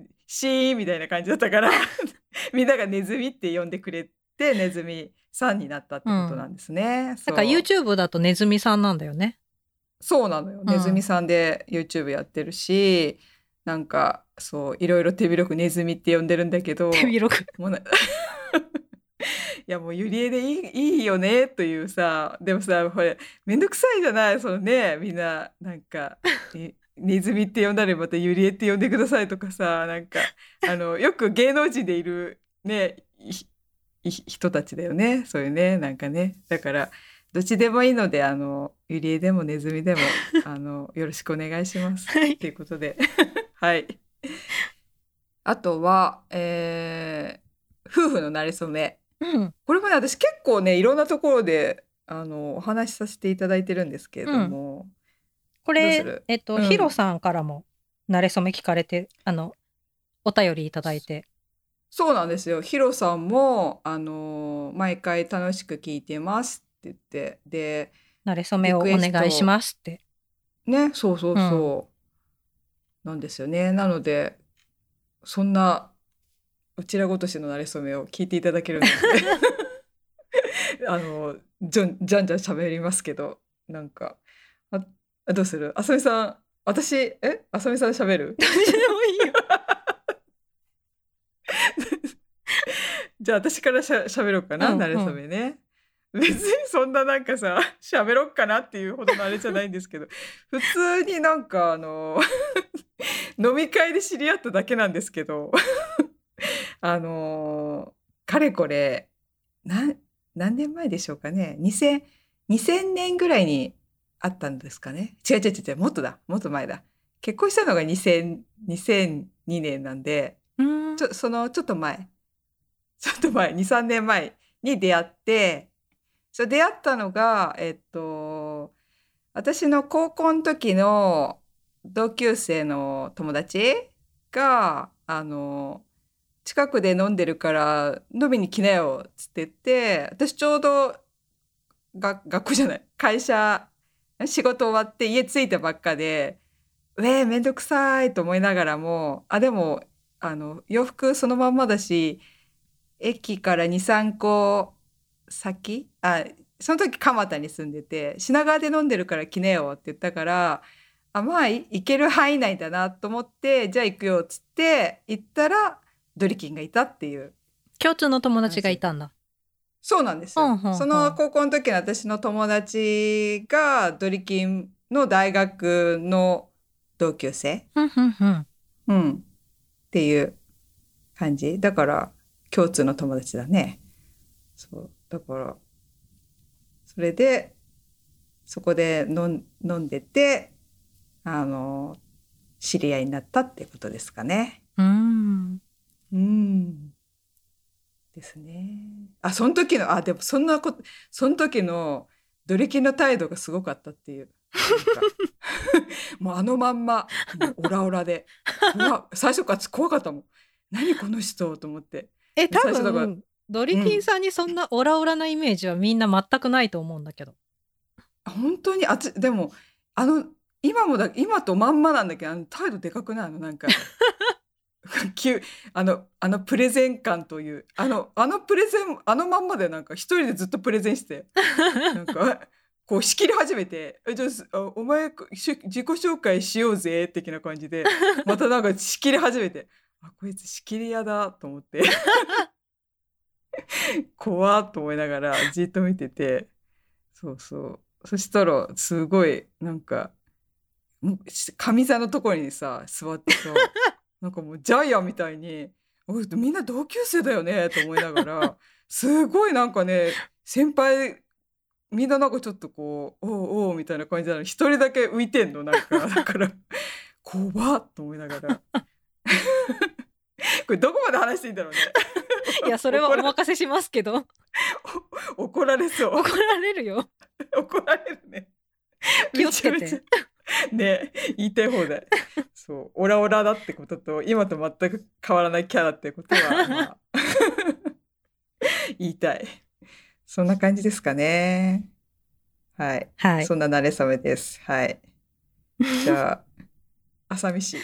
シーンみたいな感じだったからみんながネズミって呼んでくれて、ネズミさんになったっうん。 てことなんですね。 だからそう。 YouTube だとネズミさんなんだよね。 そうなのよ。 うん。 ネズミさんで YouTube やってるし、なんか、そう、いろいろ手広くネズミって呼んでるんだけど、 手広く。 もうないやもうゆりえでいい、いいよねというさ、でもさ、これめんどくさいじゃない、そのね、みんな、なんか、えネズミって呼んだらまたゆりえって呼んでくださいとかさ、なんか、あの、よく芸能人でいるね、いい人たちだよね、そういうね、なんかね。だから、どっちでもいいので、あの、ゆりえでもネズミでも、あの、よろしくお願いします。 はい。 ということで、はい。あとは、えー夫婦の馴れ初め。 うん。 これもね、私結構ね、いろんなところで、あの、お話しさせていただいてるんですけれうん。 ども、 これ、 どうする？ えっと、 うん。 ヒロさんからも、馴れ初め聞かれて、あの、お便りいただいて。 そうなんですよ。ヒロさんも、あの、毎回楽しく聞いてますって言って、で、 馴れ初めをリクエスお願いしト、 ますって。 ね、そうそううん。 そうなんですよね。なので、そんな、うちらごとしの馴れ初めを聞いていただけるなんてあの、じゃんじゃんじゃん喋りますけど、なんか、あ、あどうする？あさみさん、私、えあさみさん喋る？ どっちでもいいよ。 じゃあ私からしゃ喋ろうかな、 うん慣れうん。 初めね。別にそんななんかさ、喋ろっかなっていうほどのあれじゃないんですけど、普通になんかあの、飲み会で知り合っただけなんですけど、あの、かれこれ、なん何年前でしょうかね。にせん、にせんねんぐらいにあったんですかね。違う違う違う違う、もっとだ、もっと前だ。結婚したのがにせん、にせんにねんなんで、 うーん。 ちょ、そのちょっと前、ちょっと前、に、さんねんまえに出会って、そう出会ったのが、えっと、私の高校の時の同級生の友達が、あの、近くで飲んでるから飲みに来なよっつって言って、私ちょうどが学校じゃない、会社、仕事終わって家着いたばっかで、うえー、めんどくさいと思いながらも、あ、でも、あの、洋服そのまんまだし、駅からに、さんこ先あ、その時蒲田に住んでて、品川で飲んでるから来ねよって言ったから、あ、まあ、い行ける範囲内だなと思って、じゃあ行くよっつって行ったら、ドリキンがいたっていう共通の友達がい感じ。 たんだ。 そうなんですよ。 ほんほんそほん。 の高校の時の私の友達がドリキンの大学の同級生、 ふんふんふん。 うん、っていう感じ。だから共通の友達だね。そう。だから、そそれでそこで飲ん、飲んでてあの知り合いになったってことですかね。 うーん。 うんですね。あ、その時の、あ、でもそんなこと、その時のドリキンの態度がすごかったっていう。なんかもうあのまんま、もうオラオラで、怖最初から怖かったもん。何この人と思って。 え、多最初だから、 分、ドリキンうん。 さんにそんなオラオラなイメージはみんな全くないと思うんだけど。 本当にあつ、でも、あの、今もだ、今とまんまなんだけど、あの態度でかくないの、なんか。急あのあのプレゼン感というあのあのプレゼンあのまんまでなんか一人でずっとプレゼンしてなんかこう仕切り始めてえじゃあお前し自己紹介しようぜ的な感じでまたなんか仕切り始めてあこいつ仕切り屋だと思って怖っと思いながらじっと見ててそうそうそしたらすごいなんかもう上座のところにさ座ってさなんかもうジャイアンみたいにおいみんな同級生だよねと思いながらすごいなんかね先輩みんななんかちょっとこうおうおうみたいな感じなのに一人だけ浮いてんのなんかだから怖っと思いながらこれどこまで話していいんだろうねいや、それはお怒ら任せしますけど。 怒られそう怒られるよ。 怒られるね気をつけてめちゃめちゃね言いたい放題そうオラオラだってことと今と全く変わらないキャラってことは、まあ、言いたいそんな感じですかねはいはい。 そんな慣れ初めですはいじゃあ朝飯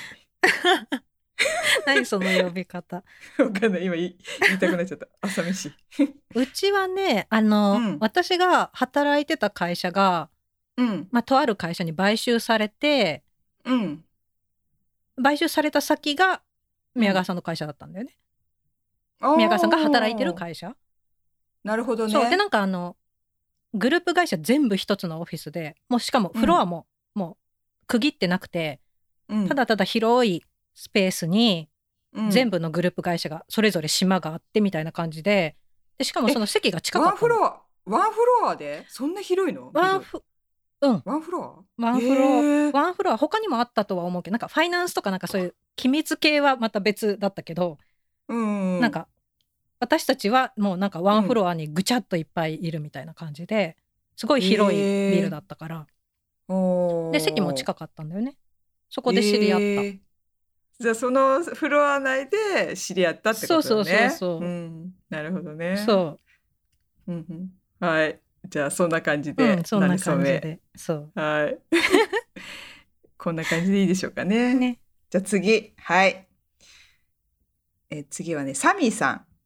何その呼び方。 わかんない今言い言いたくなっちゃった朝飯うちはね、あうの、 ん私が働いてた会社が、 うんまあ、とある会社に買収されて、 うん買収された先が宮川さんの会社だったんだよね。宮川さんが働いてる会社。 なるほどねそうでなんかあのグループ会社全部一つのオフィスでもうしかもフロアももう区切ってなくて、 うん、 ただただ広いスペースに全部のグループ会社がそれぞれ島があってみたいな感じで、でしかもその席が近かったの。 ワンフロアワンフロアでそんな広いのワンフうんワンフロアワンフロア、 へーワンフロア他にもあったとは思うけどなんかファイナンスとかなんかそういう機密系はまた別だったけど、 うんなんか私たちはもうなんかワンフロアにぐちゃっといっぱいいるみたいな感じですごい広いビルだったから、 おーで席も近かったんだよね。そこで知り合った、 えーじゃあそのフロア内で知り合ったってことだね。 そうそうそうそう、 うん、なるほどね。 そうんうん、はいじゃあそんな感じう、 で、 うん、そんな感じでそうはいこんな感じでいいでしょうかね。 ね。 じゃあ次はいえ次はねサミーさん、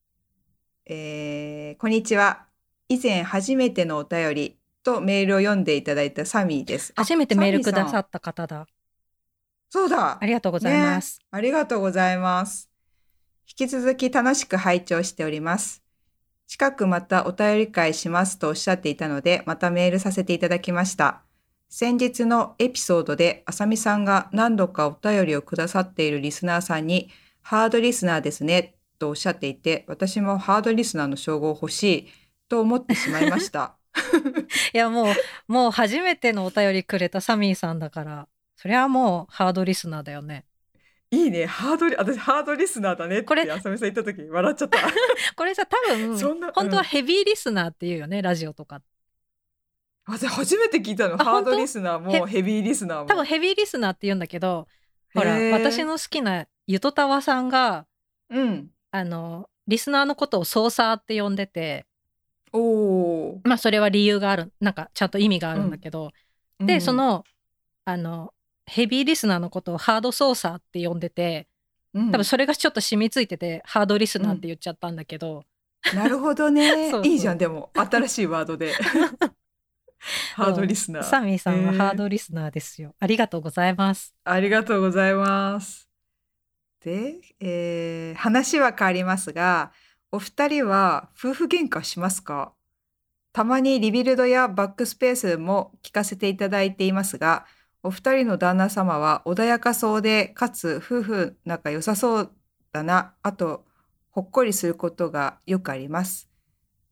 えー、こんにちは。以前初めてのお便りとメールを読んでいただいたサミーです。 初めてメールくださっった方だ。 そうだ。 ありがとうございます、 ね。ありがとうございます。引き続き楽しく拝聴しております。近くまたお便り会しますとおっしゃっていたので、またメールさせていただきました。先日のエピソードで、あさみさんが何度かお便りをくださっているリスナーさんに、ハードリスナーですね、とおっしゃっていて、私もハードリスナーの称号欲しいと思ってしまいました。 いやもうもう初めてのお便りくれたサミーさんだから、それはもうハードリスナーだよね。 いいね、ハードリ、私ハードリスナーだねってこれあさみさん言った時笑っちゃった。 これさ多分そんな、うん本当はヘビーリスナーっていうよね、ラジオとか。 私初めて聞いたの。 あハードリスナーもヘビーリスナーも。 多分ヘビーリスナーって言うんだけど、ほらへー私の好きなゆとたわさんがうん。 あのリスナーのことをソーサーって呼んでて、 おー。 まあそれは理由がある、なんかちゃんと意味があるんだけど、で、 うんそのあのヘビーリスナーのことをハードソーサーって呼んでて、 うん多分それがちょっと染みついててハードリスナーって言っちゃったんだけど、 なるほどね。 そうそういいじゃん、でも新しいワードで。ハードリスナー。 サミーさんはへーハードリスナーですよ。ありがとうございます。 ありがとうございます。で、えー話は変わりますが、お二人は夫婦喧嘩しますか？たまにリビルドやバックスペースも聞かせていただいていますが、お二人の旦那様は穏やかそうで、かつ夫婦仲良さそうだな、あと、ほっこりすることがよくあります。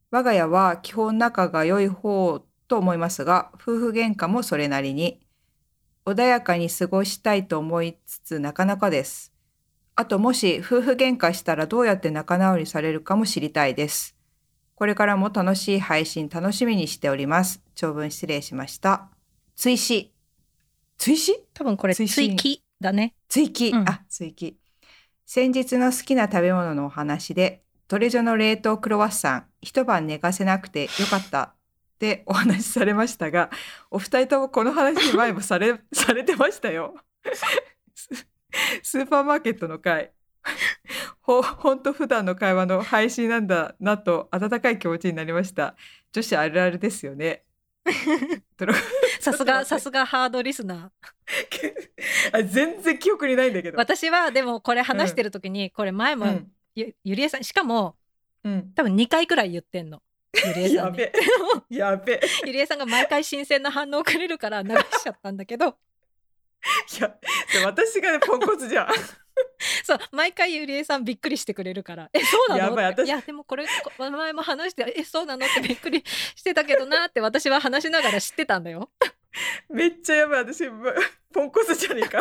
我が家は基本仲が良い方と思いますが、夫婦喧嘩もそれなりに。穏やかに過ごしたいと思いつつなかなかです。あともし夫婦喧嘩したらどうやって仲直りされるかも知りたいです。これからも楽しい配信楽しみにしております。長文失礼しました。追試。追試多分これ追伸追記だね。 追記、 うんあ、追記。先日の好きな食べ物のお話で、トレジョの冷凍クロワッサン、一晩寝かせなくてよかったってお話しされましたが、お二人ともこの話前もされ、されてましたよ。ススーパーマーケットの会。ほ、ほんと普段の会話の配信なんだなと温かい気持ちになりました。女子あるあるですよね。トロさすがさちょっすがハードリスナー。 と待ってあ全然記憶にないんだけど。 私はでもこれ話してる時に、これ前もうん。 ゆゆりえさんしかもうん。 多分にかいくらい言ってんの。ゆりえさんに。 やべ。やべ。 ゆりえさんが毎回新鮮な反応をくれるから流しちゃったんだけど、 いや、私がね、ポンコツじゃん。 そう毎回ゆりえさんびっくりしてくれるから「えそうなの?」って「 やばい私いやでもこれこ前も話してえそうなの?」ってびっくりしてたけどなって私は話しながら知ってたんだよ。 めっちゃやばい。私、むポンコツじゃねえか。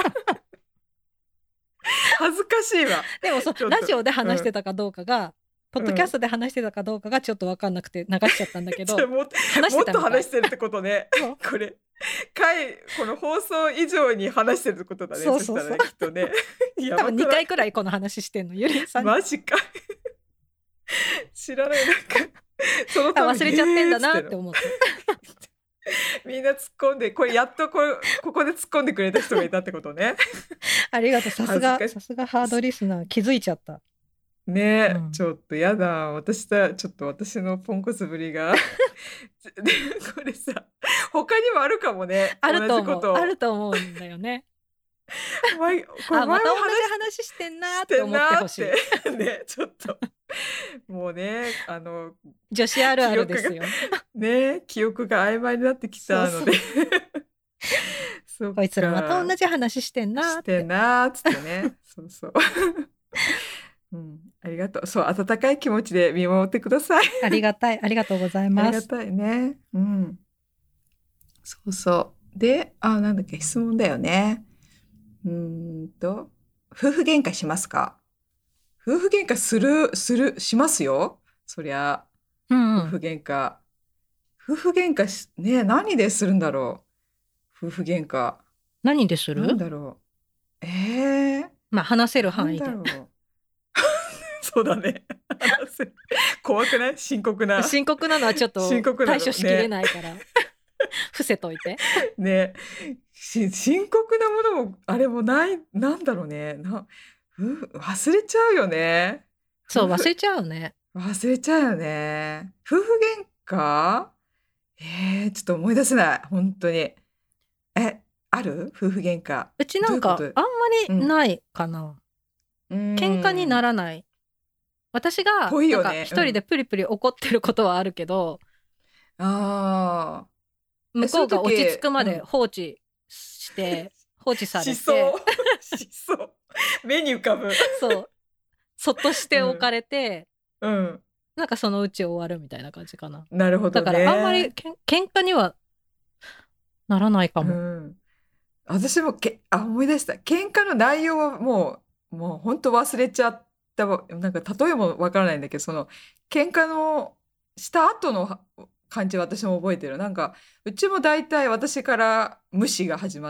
恥ずかしいわ。 でもそうちょっとラジオで話してたかどうかが、ポッドキャストで話してたかどうかがちょっと分かんなくて流しちゃったんだけどちょもっと話しもっとてたみたい話してるってことねそう。 これ。回この放送以上に話してるってことだね。 そうそうそうそしたらね、きっとね。や多分にかばくないいくらいこの話してんのゆりえさんに。 マジか。知らない。なんか、そのあために忘れちゃってんだなっえーつって思って。 みんな突っ込んで、これやっとこここで突っ込んでくれた人がいたってことね。 ありがとう。さすが恥ずかしいさすがハードリスナー気づいちゃった。 ねえ、 うんちょっとやだ。私だ、ちょっと私のポンコツぶりが。で、これさ、他にもあるかもね。 あると思う同じこと。 あると思うんだよね。 前これあまた同じ前も話話してんなーっしててん思ってほしい。 なーって。ね、ちょっと。もうね、あの、 女子あるあるですよ。 ね、記憶が曖昧になってきたので。そっかこいつらまた同じ話してんなーっしてて。 んなーっつってね。そうそう。うん、ありがとう。そう、温かい気持ちで見守ってください。 ありがたいありがとうございあます。 りがたいね。うん。そうそう。で、あ、なんだっけ、質問だよね。うーんと、夫婦喧嘩しますか？夫婦喧嘩する、する、しますよ。そりゃ、 うん夫婦喧嘩。夫婦喧嘩し、ね、何でするんだろう。夫婦喧嘩。 何ですなんる？ だろう。えー、 まあ話せるなん範囲で。 だろう。そうだね。話せ怖くない？深刻な。 深刻なのはちょっと深刻なの対処しきれないから、伏せといて。 ね、し深刻なものもあれもないなんだろうね。なふ忘れちゃうよね。 そう夫婦忘れちゃうね。 忘れちゃうよね。夫婦喧嘩？えー、ちょっと思い出せない。本当に。え、ある？夫婦喧嘩。 うちなんかどういうこと？ あんまりないかな。 うん喧嘩にならない。私がぽいよねなんか一人でプリプリ怒ってることはあるけど、 ああ。 向こうが落ち着くまでそういう時放置して、放置されて、 しそう。しそう。目に浮かぶ。 そうそっとしておかれて、 うん。 なんかそのうち終わるみたいな感じかな。 なるほどね。 だからあんまりけん喧嘩にはならないかも。 うん。私もけ、あ、思い出した。喧嘩の内容はもう、もう本当忘れちゃったわ。なんか例えもわからないんだけど、その喧嘩のした後のは感じは私も覚えてる。なんか、うちも大体私から無視が始まって、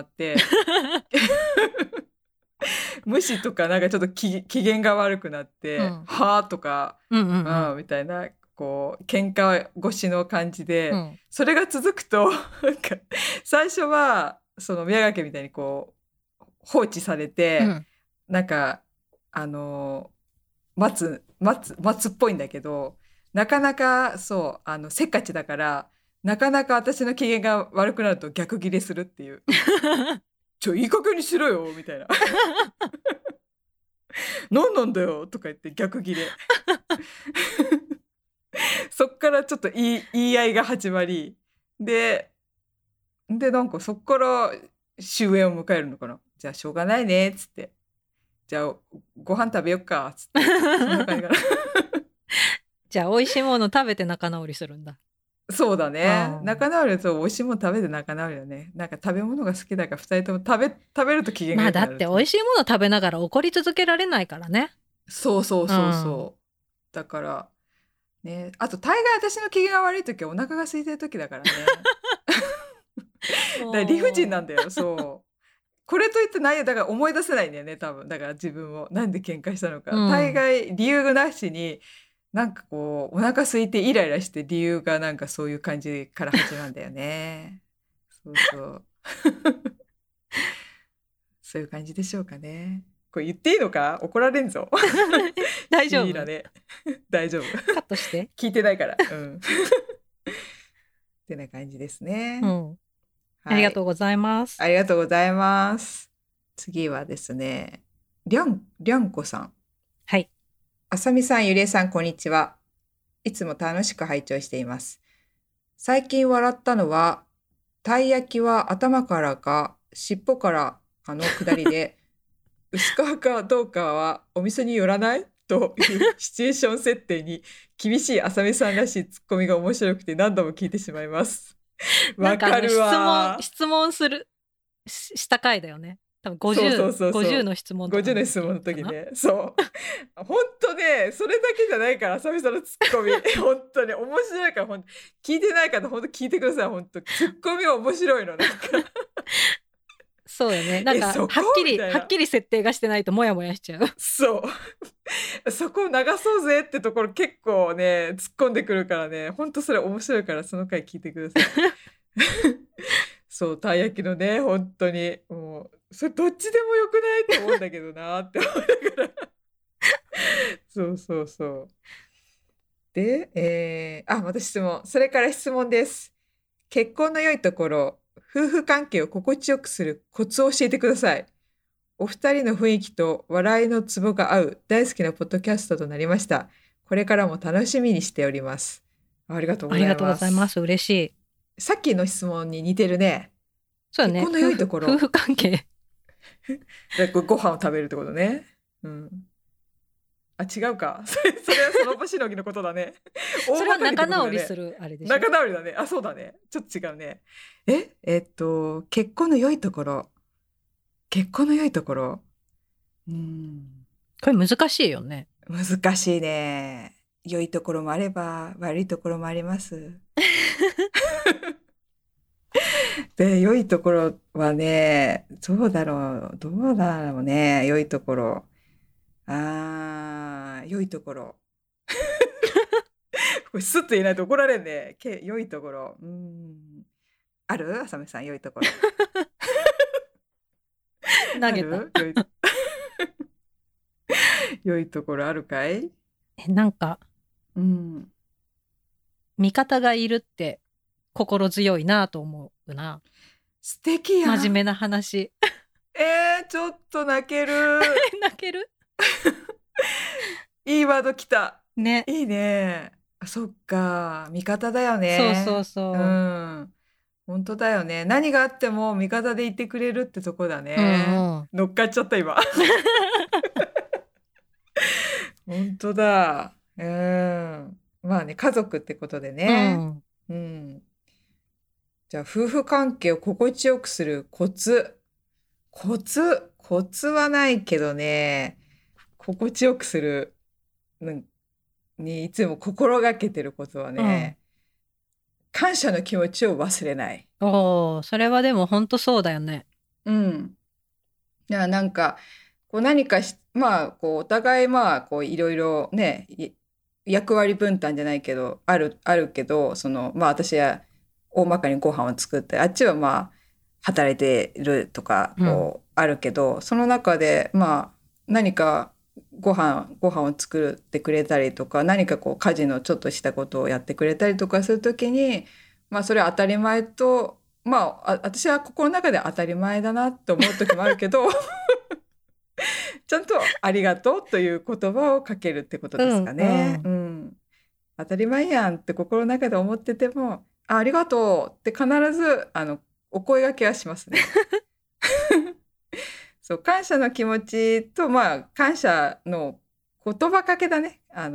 無視とかなんかちょっと機機嫌が悪くなって、 うんはーとか、 うんうんううんん、みたいな、こう、喧嘩越しの感じで、 うんそれが続くと、なんか、最初は、その宮垣みたいにこう、放置されて、 うんなんか、あの、待つ、待つ、待つっぽいんだけど、なかなか、そう、あの、せっかちだから、なかなか私の機嫌が悪くなると逆ギレするっていう。ちょ、いい加減にしろよ、みたいな。何なんだよ、とか言って逆ギレ。そっからちょっと言い、言い合いが始まり、で、で、なんかそっから終焉を迎えるのかな。じゃあしょうがないね、つって。じゃあご飯食べよっか、つって。そんな感じかな。 じゃあ美味しいもの食べて仲直りするんだ。 そうだね。 うん仲直りと美味しいもの食べて仲直りだね。なんか食べ物が好きだからふたりとも食べ食べると機嫌がまあ良くなるだって美味しいもの食べながら怒り続けられないからね。 そうそうそうそう。だからね、あと大概私の機嫌が悪い時はお腹が空いてる時だからね。だから理不尽なんだよ。そう。これといってないよ。だから思い出せないんだよね、多分。だから自分を。なんで喧嘩したのか。 うん大概理由がなしに、なんかこう、お腹空いてイライラして理由がなんかそういう感じから始まるんだよね。そうそう。そういう感じでしょうかね。これ言っていいのか怒られんぞ。 大丈夫いいらね。大丈夫。 カットして。 聞いてないから。うん。ってな感じですね。 うん。 はいありがとうございます。 ありがとうございます。次はですね、りゃん、りゃんこさん。 はい。 あさみさん、ゆりえさん、こんにちは。いつも楽しく拝聴しています。最近笑ったのは、たい焼きは頭からか尻尾からかのくだりで、薄皮かどうかはお店によらないというシチュエーション設定に厳しいあさみさんらしいツッコミが面白くて何度も聞いてしまいます。わかるわ。 なんかあの質問、質問する、しした回だよね。多分ごじゅう、 そうそうそうそうごじゅうの質問とかごじゅうの質問の時ね。そう。本当ね、それだけじゃないから、あさみさんのツッコミ。本当に面白いから、本当聞いてない方、本当聞いてください。本当ツッコミは面白いの。なんかそうよね。なんか、 えそこはっきり、 みたいなはっきり設定がしてないとモヤモヤしちゃう。 そう。そこを流そうぜってところ結構ね、突っ込んでくるからね、本当それ面白いから、その回聞いてください。そう、たい焼きのね、本当に、もう、それどっちでもよくないって思うんだけどなって思いながら。そうそうそう。で、えー、あ、また質問。それから質問です。結婚の良いところ、夫婦関係を心地よくするコツを教えてください。お二人の雰囲気と笑いのツボが合う大好きなポッドキャストとなりました。これからも楽しみにしております。ありがとうございます。 ありがとうございます。嬉しい。 さっきの質問に似てるね。 そうよね。 結婚の良いところ。 夫婦関係。 でごご飯を食べるってことね。うん。あ、違うか。それ、それはその場しのぎのことだね。 それは仲大掛直りすけってことだね。 るあれでしょ。 仲直りだね。あ、そうだね。ちょっと違うね。え、えっと、結婚の良いところ。結婚の良いところ。うーん。 これ難しいよね。 難しいね。良いところもあれば悪いところもあります。で、良いところはね、どうだろう、どうだろうね、良いところ。あー、良いところ。これスッと言えないと怒られんね。け良いところ。うーん。あるあさみさん、良いところ。 投げた。 ある良い良いところあるかい？ えなんか、 うん。 味方がいるって心強いなと思うな。 素敵やん。 真面目な話。 えー、ちょっと泣ける。 泣けるいいワード来た。 ね。 いいね。あ、そっか。味方だよね。 そうそうそう。 うん。本当だよね。何があっても味方でいてくれるってとこだね。 うんうん、 乗っかっちゃった今。本当だ。うん。まあね、家族ってことでね。 うん。 うん。じゃあ、夫婦関係を心地よくするコツ。コツ、コツはないけどね、心地よくする、うんにいつも心がけてることはね、感謝の気持ちを忘れない。 おー、それはでも本当そうだよね。 うん。いや、なんか、こう何かし、まあ、こう、お互い、まあ、こう、いろいろね、い役割分担じゃないけど、ある、あるけど、その、まあ、私は大まかにご飯を作って、あっちはまあ、働いてるとか、こう、あるけど、その中で、まあ、何かご飯、ご飯を作ってくれたりとか、何かこう、家事のちょっとしたことをやってくれたりとかするときに、まあ、それは当たり前と、まあ、あ私は心の中で当たり前だなって思う時もあるけどちゃんとありがとうという言葉をかけるってことですかね。 うんうんうん当たり前やんって心の中で思ってても、あ、ありがとうって必ずあのお声掛けはしますね。そう感謝の気持ちと、まあ、感謝の言葉かけだね。あの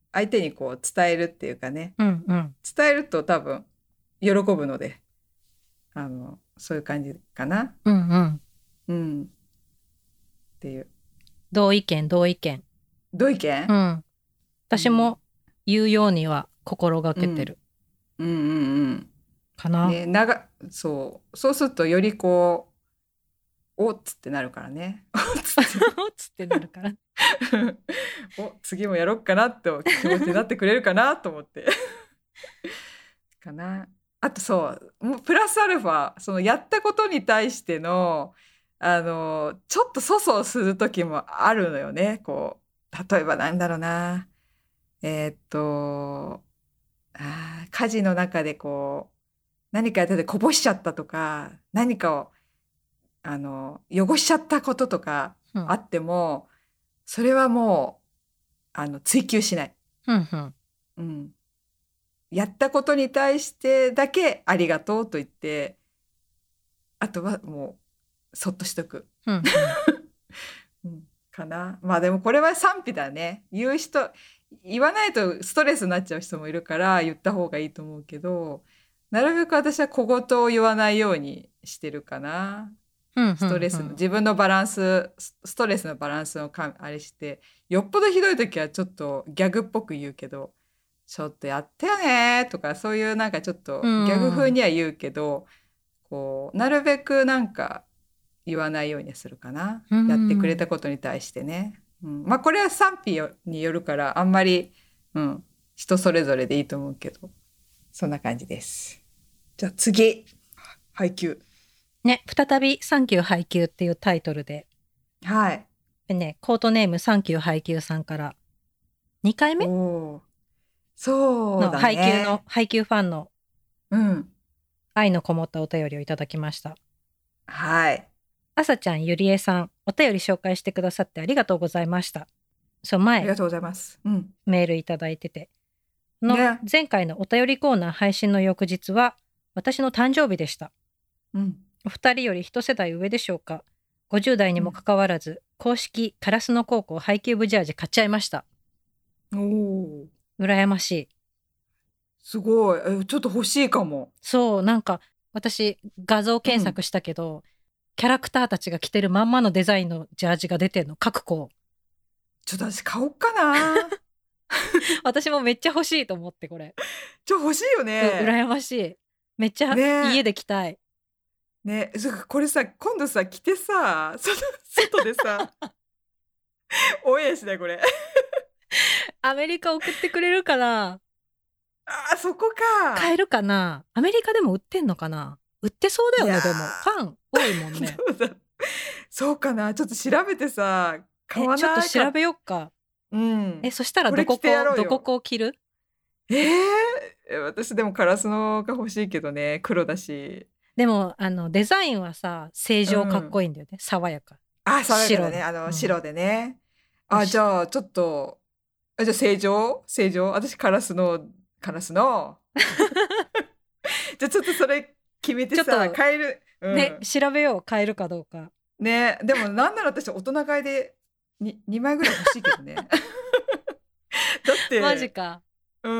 相手にこう伝えるっていうかね、 うんうん。 伝えると多分喜ぶので、あのそういう感じかな。 うんうん。 うんっていう。 同意見同意見。 どう意見？ うん。私も言うようには心がけてるうんうんうんかな。 ね、長そうそうするとよりこうおっつってなるからね。おっつってつってなるから。 お次もやろっかなって気持ちになってくれるかなと思ってかな。あとそうもうプラスアルファそのやったことに対してのあのちょっと粗相する時もあるのよね。こう例えばなんだろうなえーっとあー家事の中でこう何かやっててこぼしちゃったとか何かをあの汚しちゃったこととかうんあっても、それはもうあの追求しない、 うんうんうん、やったことに対してだけありがとうと言ってあとはもうそっとしとく、 うんうん。 うん、かな。まあでもこれは賛否だね。言う人言わないとストレスになっちゃう人もいるから言った方がいいと思うけど、なるべく私は小言を言わないようにしてるかな。 うんストレスの自分のバランススストレスのバランスをかあれしてよっぽどひどい時はちょっとギャグっぽく言うけどちょっとやってよねとかそういうなんかちょっとうんギャグ風には言うけど、こうなるべくなんか言わないようにするかな、 うんやってくれたことに対してね、うん、まあこれは賛否によるからあんまり、うん、人それぞれでいいと思うけどそんな感じです。じゃあ次配給。 ね、再びサンキュー配給っていうタイトルで。 はいでね、コートネームサンキュー配給さんからにかいめおーそうのだね。 配給の、配給ファンのうん。 愛のこもったお便りをいただきました。 はい。 あさちゃん、ゆりえさん、お便り紹介してくださってありがとうございました。そう、 あり前がとうございます。うん。 メールいただいてて。の、 ね。 前回のお便りコーナー配信の翌日は私の誕生日でした。 うん。 お二人より一世代上でしょうか。ごじゅう代にもかかわらず、公式カラスの高校配給部ジャージ買っちゃいました。 おお。 羨ましい。 すごい。え、ちょっと欲しいかも。 そう、なんか私画像検索したけど、キャラクターたちが着てるまんまのデザインのジャージが出てんの、各校。 ちょっと私買おうかな。 私もめっちゃ欲しいと思ってこれ。 ちょ、欲しいようんね。 羨ましい。めっちゃね家で着たい。 ね、そこれさ、今度さ、着てさ、その外でさ、オンエアしないこれ。 アメリカ送ってくれるかな。 あー、そこか。 買えるかな。アメリカでも売ってんのかな。売ってそうだよいやーね。でもファン多いもんね。 そうだそうかな。ちょっと調べてさ、 え買わないちょっと調か。 べよっか。 うん。 えそしたらこれどこ着てやろうよこどここ着る。 えー、私でもカラスのが欲しいけどね、黒だし。 でもあのデザインはさ正常かっこいい。 いいんだよね、爽やか。 あ、爽やかだね。 白あの、 うん白でね。あ、 よしじゃあ、ちょっと、あ、じゃあ、正常正常私、カラスの、カラスの。じゃあ、ちょっとそれ決めてちょさ、 っと買える。うん。 ね調べよう、買えるかどうか。 ね、でも、なんなら私、大人買いでににまいぐらい欲しいけどね。だって、 マジか。 うん。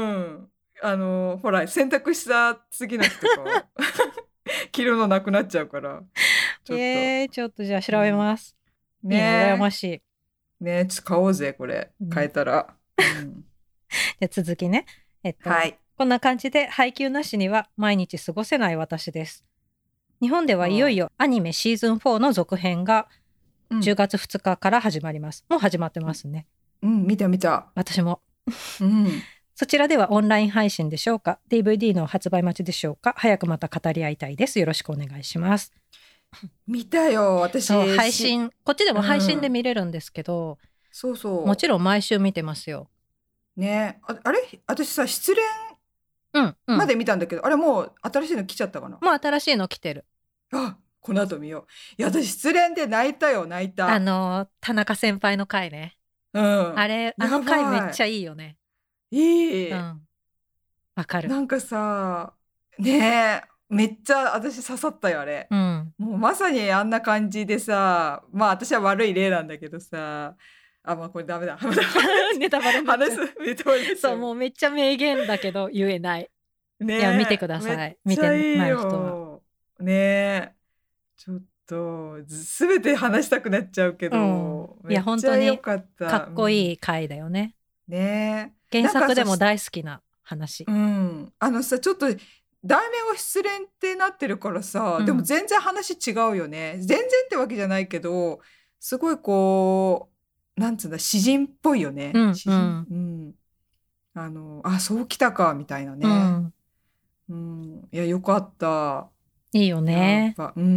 あの、ほら、洗濯した次の日とか、着るのなくなっちゃうから、ちょっと。 えー、ちょっとじゃあ調べます。いいね、羨まねしい。 ねちょっと買おうぜ、これうん。 買えたら。うんじゃあ続きね。えっと、 はい。 こんな感じで配給なしには毎日過ごせない私です。日本ではいよいよアニメシーズンフォーの続編がうんじゅうがつふつかから始まります。もう始まってますね。 うん、見た見た。 私も。 うん。 そちらではオンライン配信でしょうか、 ディーブイディー の発売待ちでしょうか。早くまた語り合いたいです。よろしくお願いします。 見たよ、私。 そう配し。 信こっちでも配信で見れるんですけど、 そうそう。 もちろん毎週見てますよ。 ね、あ、あれ、私さ、失恋うん、うん、 まで見たんだけど、あれもう新しいの来ちゃったかな。 もう新しいの来てる。 あ、この後見よう。いや、私失恋で泣いたよ、泣いた。 あのー田中先輩の回ね。 うん。 あれあの回めっちゃいいよね。 いい。 うんわかる。 なんかさ、ねえ、めっちゃ私刺さったよ、あれ。 うんもうまさにあんな感じでさ、まあ私は悪い例なんだけどさ、 あ、まあこれダメだ。 ネタバレになっちゃう。 話す、ネタバレになっちゃそう、もうめっちゃ名言だけど言えない。 ねえ。 いや見てください。 めっ見てちゃいいない人は。 よ。ねえ。ちょっと、すべて話したくなっちゃうけうん。 ど、 いやめっちゃ良本当にかった。 かっこいい。 い回だよね。 ねえ。 原なんかさ、 作でも大好きな話。 うん。あのさ、ちょっと、題名は失恋ってなってるからさ、でもうん。 全然話違うよね。全然ってわけじゃないけど、すごいこう、なんつうんだ、詩人っぽいようね。 ん詩人。 うんうん。あの、あ、そうきたか、みたいなうね。 ん。 うん。いや、よかった。 いいよやっね。 ぱ、うん。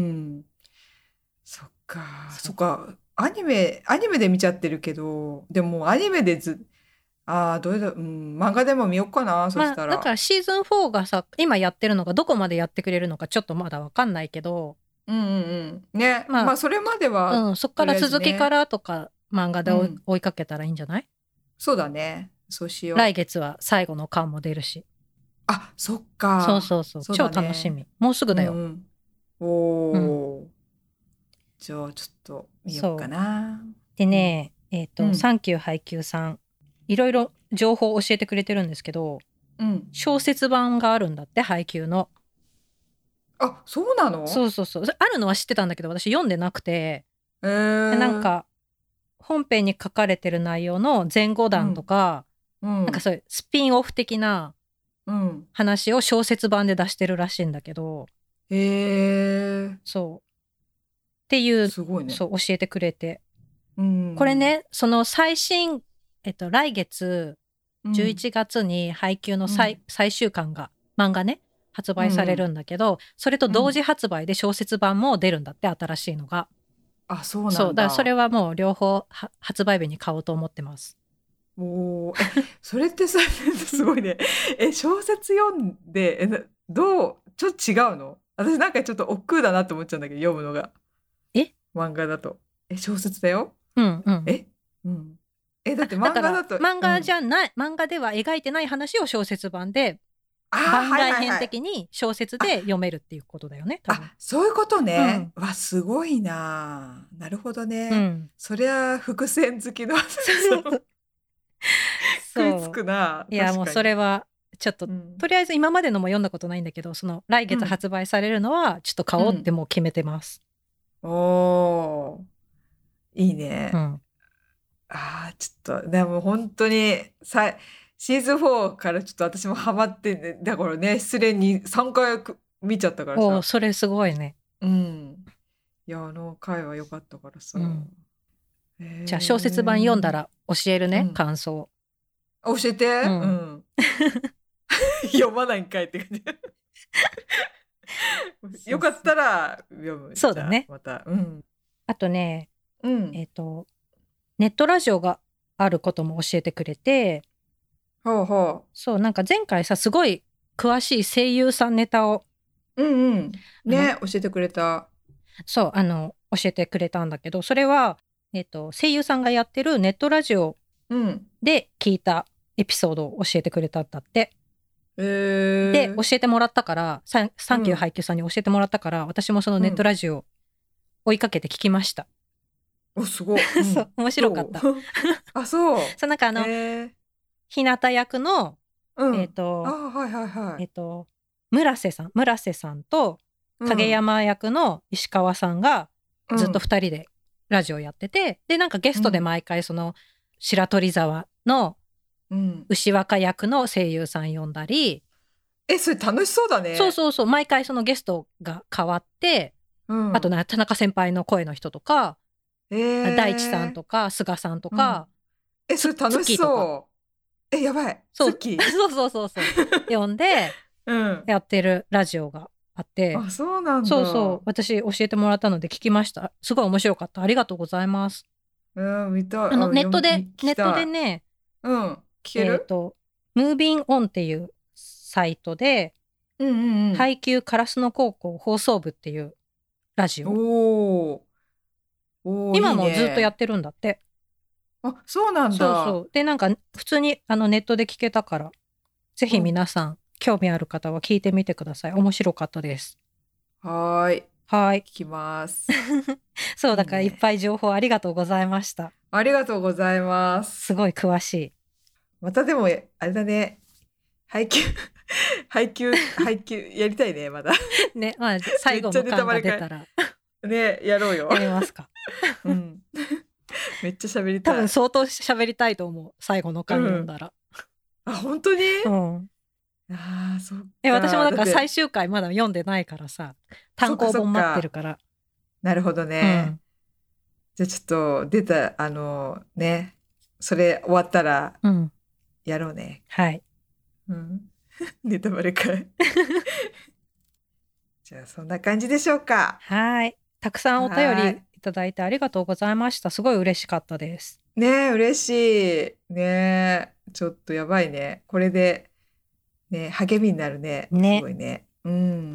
そっか、 そそうっか。アニメ、アニメで見ちゃってるけど、でもアニメでず、ああ、どれだ、うん、漫画でも見よっかな、そしまあたら。 だからシーズンフォーがさ今やってるのがどこまでやってくれるのかちょっとまだわかんないけど、 うんうんうん。ね。 ままあ、それまであ、 は、 うん、そっかとりあえずら続きかね。 らとか漫画で追い、 うん。 追いかけたらいいんじゃない？ そうだね。そうしよう。 来月は最後の巻も出るし。 あ、そっそうか。 そうそう。 そう超だね。 楽しみ。もうすぐだよ。 うんうん。 うん。 おー。じゃあ、ちょっと見よっかそう。 な。 でうん。 ね、えっ、と、 うん。 サンキュー配給さん、いろいろ情報を教えてくれてるんですけど、 うん。 小説版があるんだって、配給の。 あ、そうなその？ うそうそう。あるのは知ってたんだけど、私読んでなくて、 えでなんー。 か、本編に書かれてる内容の前後う談とん。 か、 うなんかん。 そういうスピンオフ的なうん。 話を小説版で出してるらしいんだけど、 へえ、 そう。っていう、 すごいね。 そう、教えてくれて。 うん。 これね、その最新、えっと、来月、11 うん。 月に配給の最、 うん。 最終巻が、漫画ね、発うん。 売されるんだけど、それと同時うん。 発売で小説版も出るんだって、新しいのが。 あ、そうなそう、だからそれんだ。 はもう両方は発売日に買おうと思ってます。 おー、え、それってさ、すごいね。え、小説読んで、え、などう、ちょっと違うの？私なんかちょっと億劫だなって思っちゃうんだけど、読むのが。 え漫画だと。え、小説だよ。 うんうん。 え、うん。え、だってだから漫画だと、 漫画じうん。 ゃない、漫画では描いてない話を小説版で、 ああ、 番はい外編はいはい。 的に小説あ、 で読めるっていうことだよね、多分。 あ、そういうことうね。 ん。 わ、すごいな。なるほどうね。 ん。 そりゃ伏線好きのそう食いつそう。 くな。 いや、もう確かに。 それは、ちょっと、 うん。 とりあえず今までのも読んだことないんだけど、その来月うん。 発売されるのは、ちょっと買うん。 おうってもう決めてます。 おー、いいうね。 ん。 ああ、ちょっと、でも本当に、さ、シーズンフォーからちょっと私もハマってね、だからね、失恋にさんかいく見ちゃったからおお、 さ。 それすごいね。 うん。いや、あの回は良かったからさ。 うん。 へじゃあ小説版読んだえ。 ら教えるね、 うん。 感想。 教えて。 う。 うんん。読まないんかいって感じ。よかったそうそう。 ら読む。じゃあ、 そうだね。 また。うん。 あとね、 うん。 えっと、ネットラジオがあることも教えてくれて、 ほうほそう、なんか前回さ、すごい詳しい声優さんネタを、 う。うんうん。 あの、 ね、教えてくれた。 そう、あの、教えてくれたんだけど、それは、えっと、声優さんがやってるネットラジオうん。 で聞いたエピソードを教えてくれたんだって。 へで、教え。 えてもらったから、サン、サンキューうん。 配給さんに教えてもらったから、私もそのネットうん。 ラジオ追いかけて聞きました。 お、すご。うそう、 ん。 面白かどう？ った。 あ、そそう、なんかあう。への、 え。 日向役の、えっうん。あ、 と、 はいはいはい。 えっと、村瀬さん、村瀬さんと影うん。 山役の石川さんがずっとうん。 二人でラジオやってて、で、なんかゲストでうん。 毎回その白鳥沢のうん。 牛若役の声優さん呼んだり、 え、それ楽しそうだね。 そうそうそう、毎回そのゲストが変わって、 うん。 あとな、田中先輩の声の人とか、 へあ大地さんえ。 とか、菅さんとうん。 か、 え、そつ、 れ楽しツッキーとか、 そう。え、やばい。 そう、 月？ そうそうそうそう、呼んでうん。 やってるラジオがあって、 あ、そうなんそうそう、 だ。 私教えてもらったので聞きました。すごい面白かった。ありがとうございます。 うん、見たい。あ、 あの、ネッ読み、 トで、 み聞ネットできたね、 い。うん。聞ける？ えっと、ムービンオンっていうサイトで、 うんうん配給カラスの高校放送部っていうラジうん。 オ。 おー。おー、いい今もずっとやっね。 てるんだって。 あ、そうなんだ。 そうそう。で、なんか普通にあのネットで聞けたから、ぜひうん。 皆さん興味ある方は聞いてみてください。面白かったです。 はーい。 はい。 聞きます。 そう、 いいだからいっね。 ぱい情報ありがとうございました。 ありがとうございます。 すごい詳しまたでも、あれだね。配給、配給、配給、やりたいね、まだ。 い。ね、まあ、 めっちゃネタ最後の巻バレかい。 が出たらね、やろうよ。 やりますか。 うん。めっちゃ喋りたい。 多分相当喋りたいと思う。最後の巻読んだら。 あ、本当に？ うん。 ああ、そっえ、私もか。 だから最だって、 終回まだ読んでないからさ、単そっかそっ行本待ってるか。 から。 なるほどうね。 ん。 じゃあちょっと出た、あのね、それ終わったらうん。 やろうね。 はい。 うん。ネタバレかい。じゃあそんな感じでしょうか。 はい。たくさんお便りはーい。 いただいてありがとうございました。すごい嬉しかったです。 ねえ、嬉しい。ねえ、ちょっとやばいね。これで、ね、励みになるね。すね。 ごいね。うん。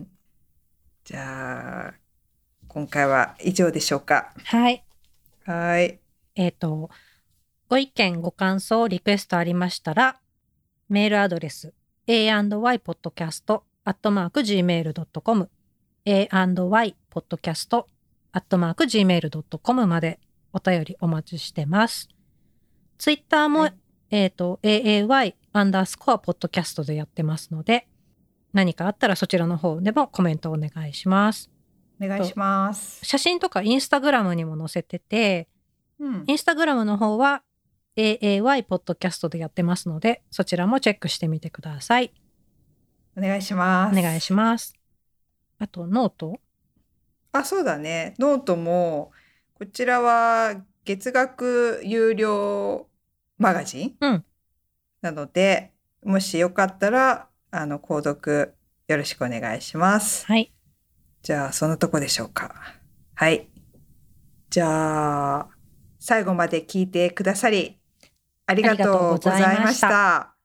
じゃあ、今回は以上でしょうか。 はい。 はい。 えっと、ご意見、ご感想、リクエストありましたら、メールアドレス エーアンドワイポッドキャスト アットマーク ジーメールドットコム エーアンドワイポッドキャスト アットマーク ジーメールドットコム までお便りお待ちしてます。ツイッターも、 はい。 えっと、エーエーワイ アンダースコアポッドキャストでやってますので、何かあったらそちらの方でもコメントお願いします。とお願いします。 写真とかインスタグラムにも載せてて、 うん。 インスタグラムの方は エーエーワイ ポッドキャストでやってますので、そちらもチェックしてみてください。 お願いしまお願いしす。 ます。あと、ノートあ、そうだね。ノートも、こちらは月額有料マガジンうん。 なので、もしよかったら、あの、購読よろしくお願いします。 はい。 じゃあ、そのとこでしょうか。はい。じゃあ、最後まで聞いてくださり、ありがありがとうとうごございざいましました。 た。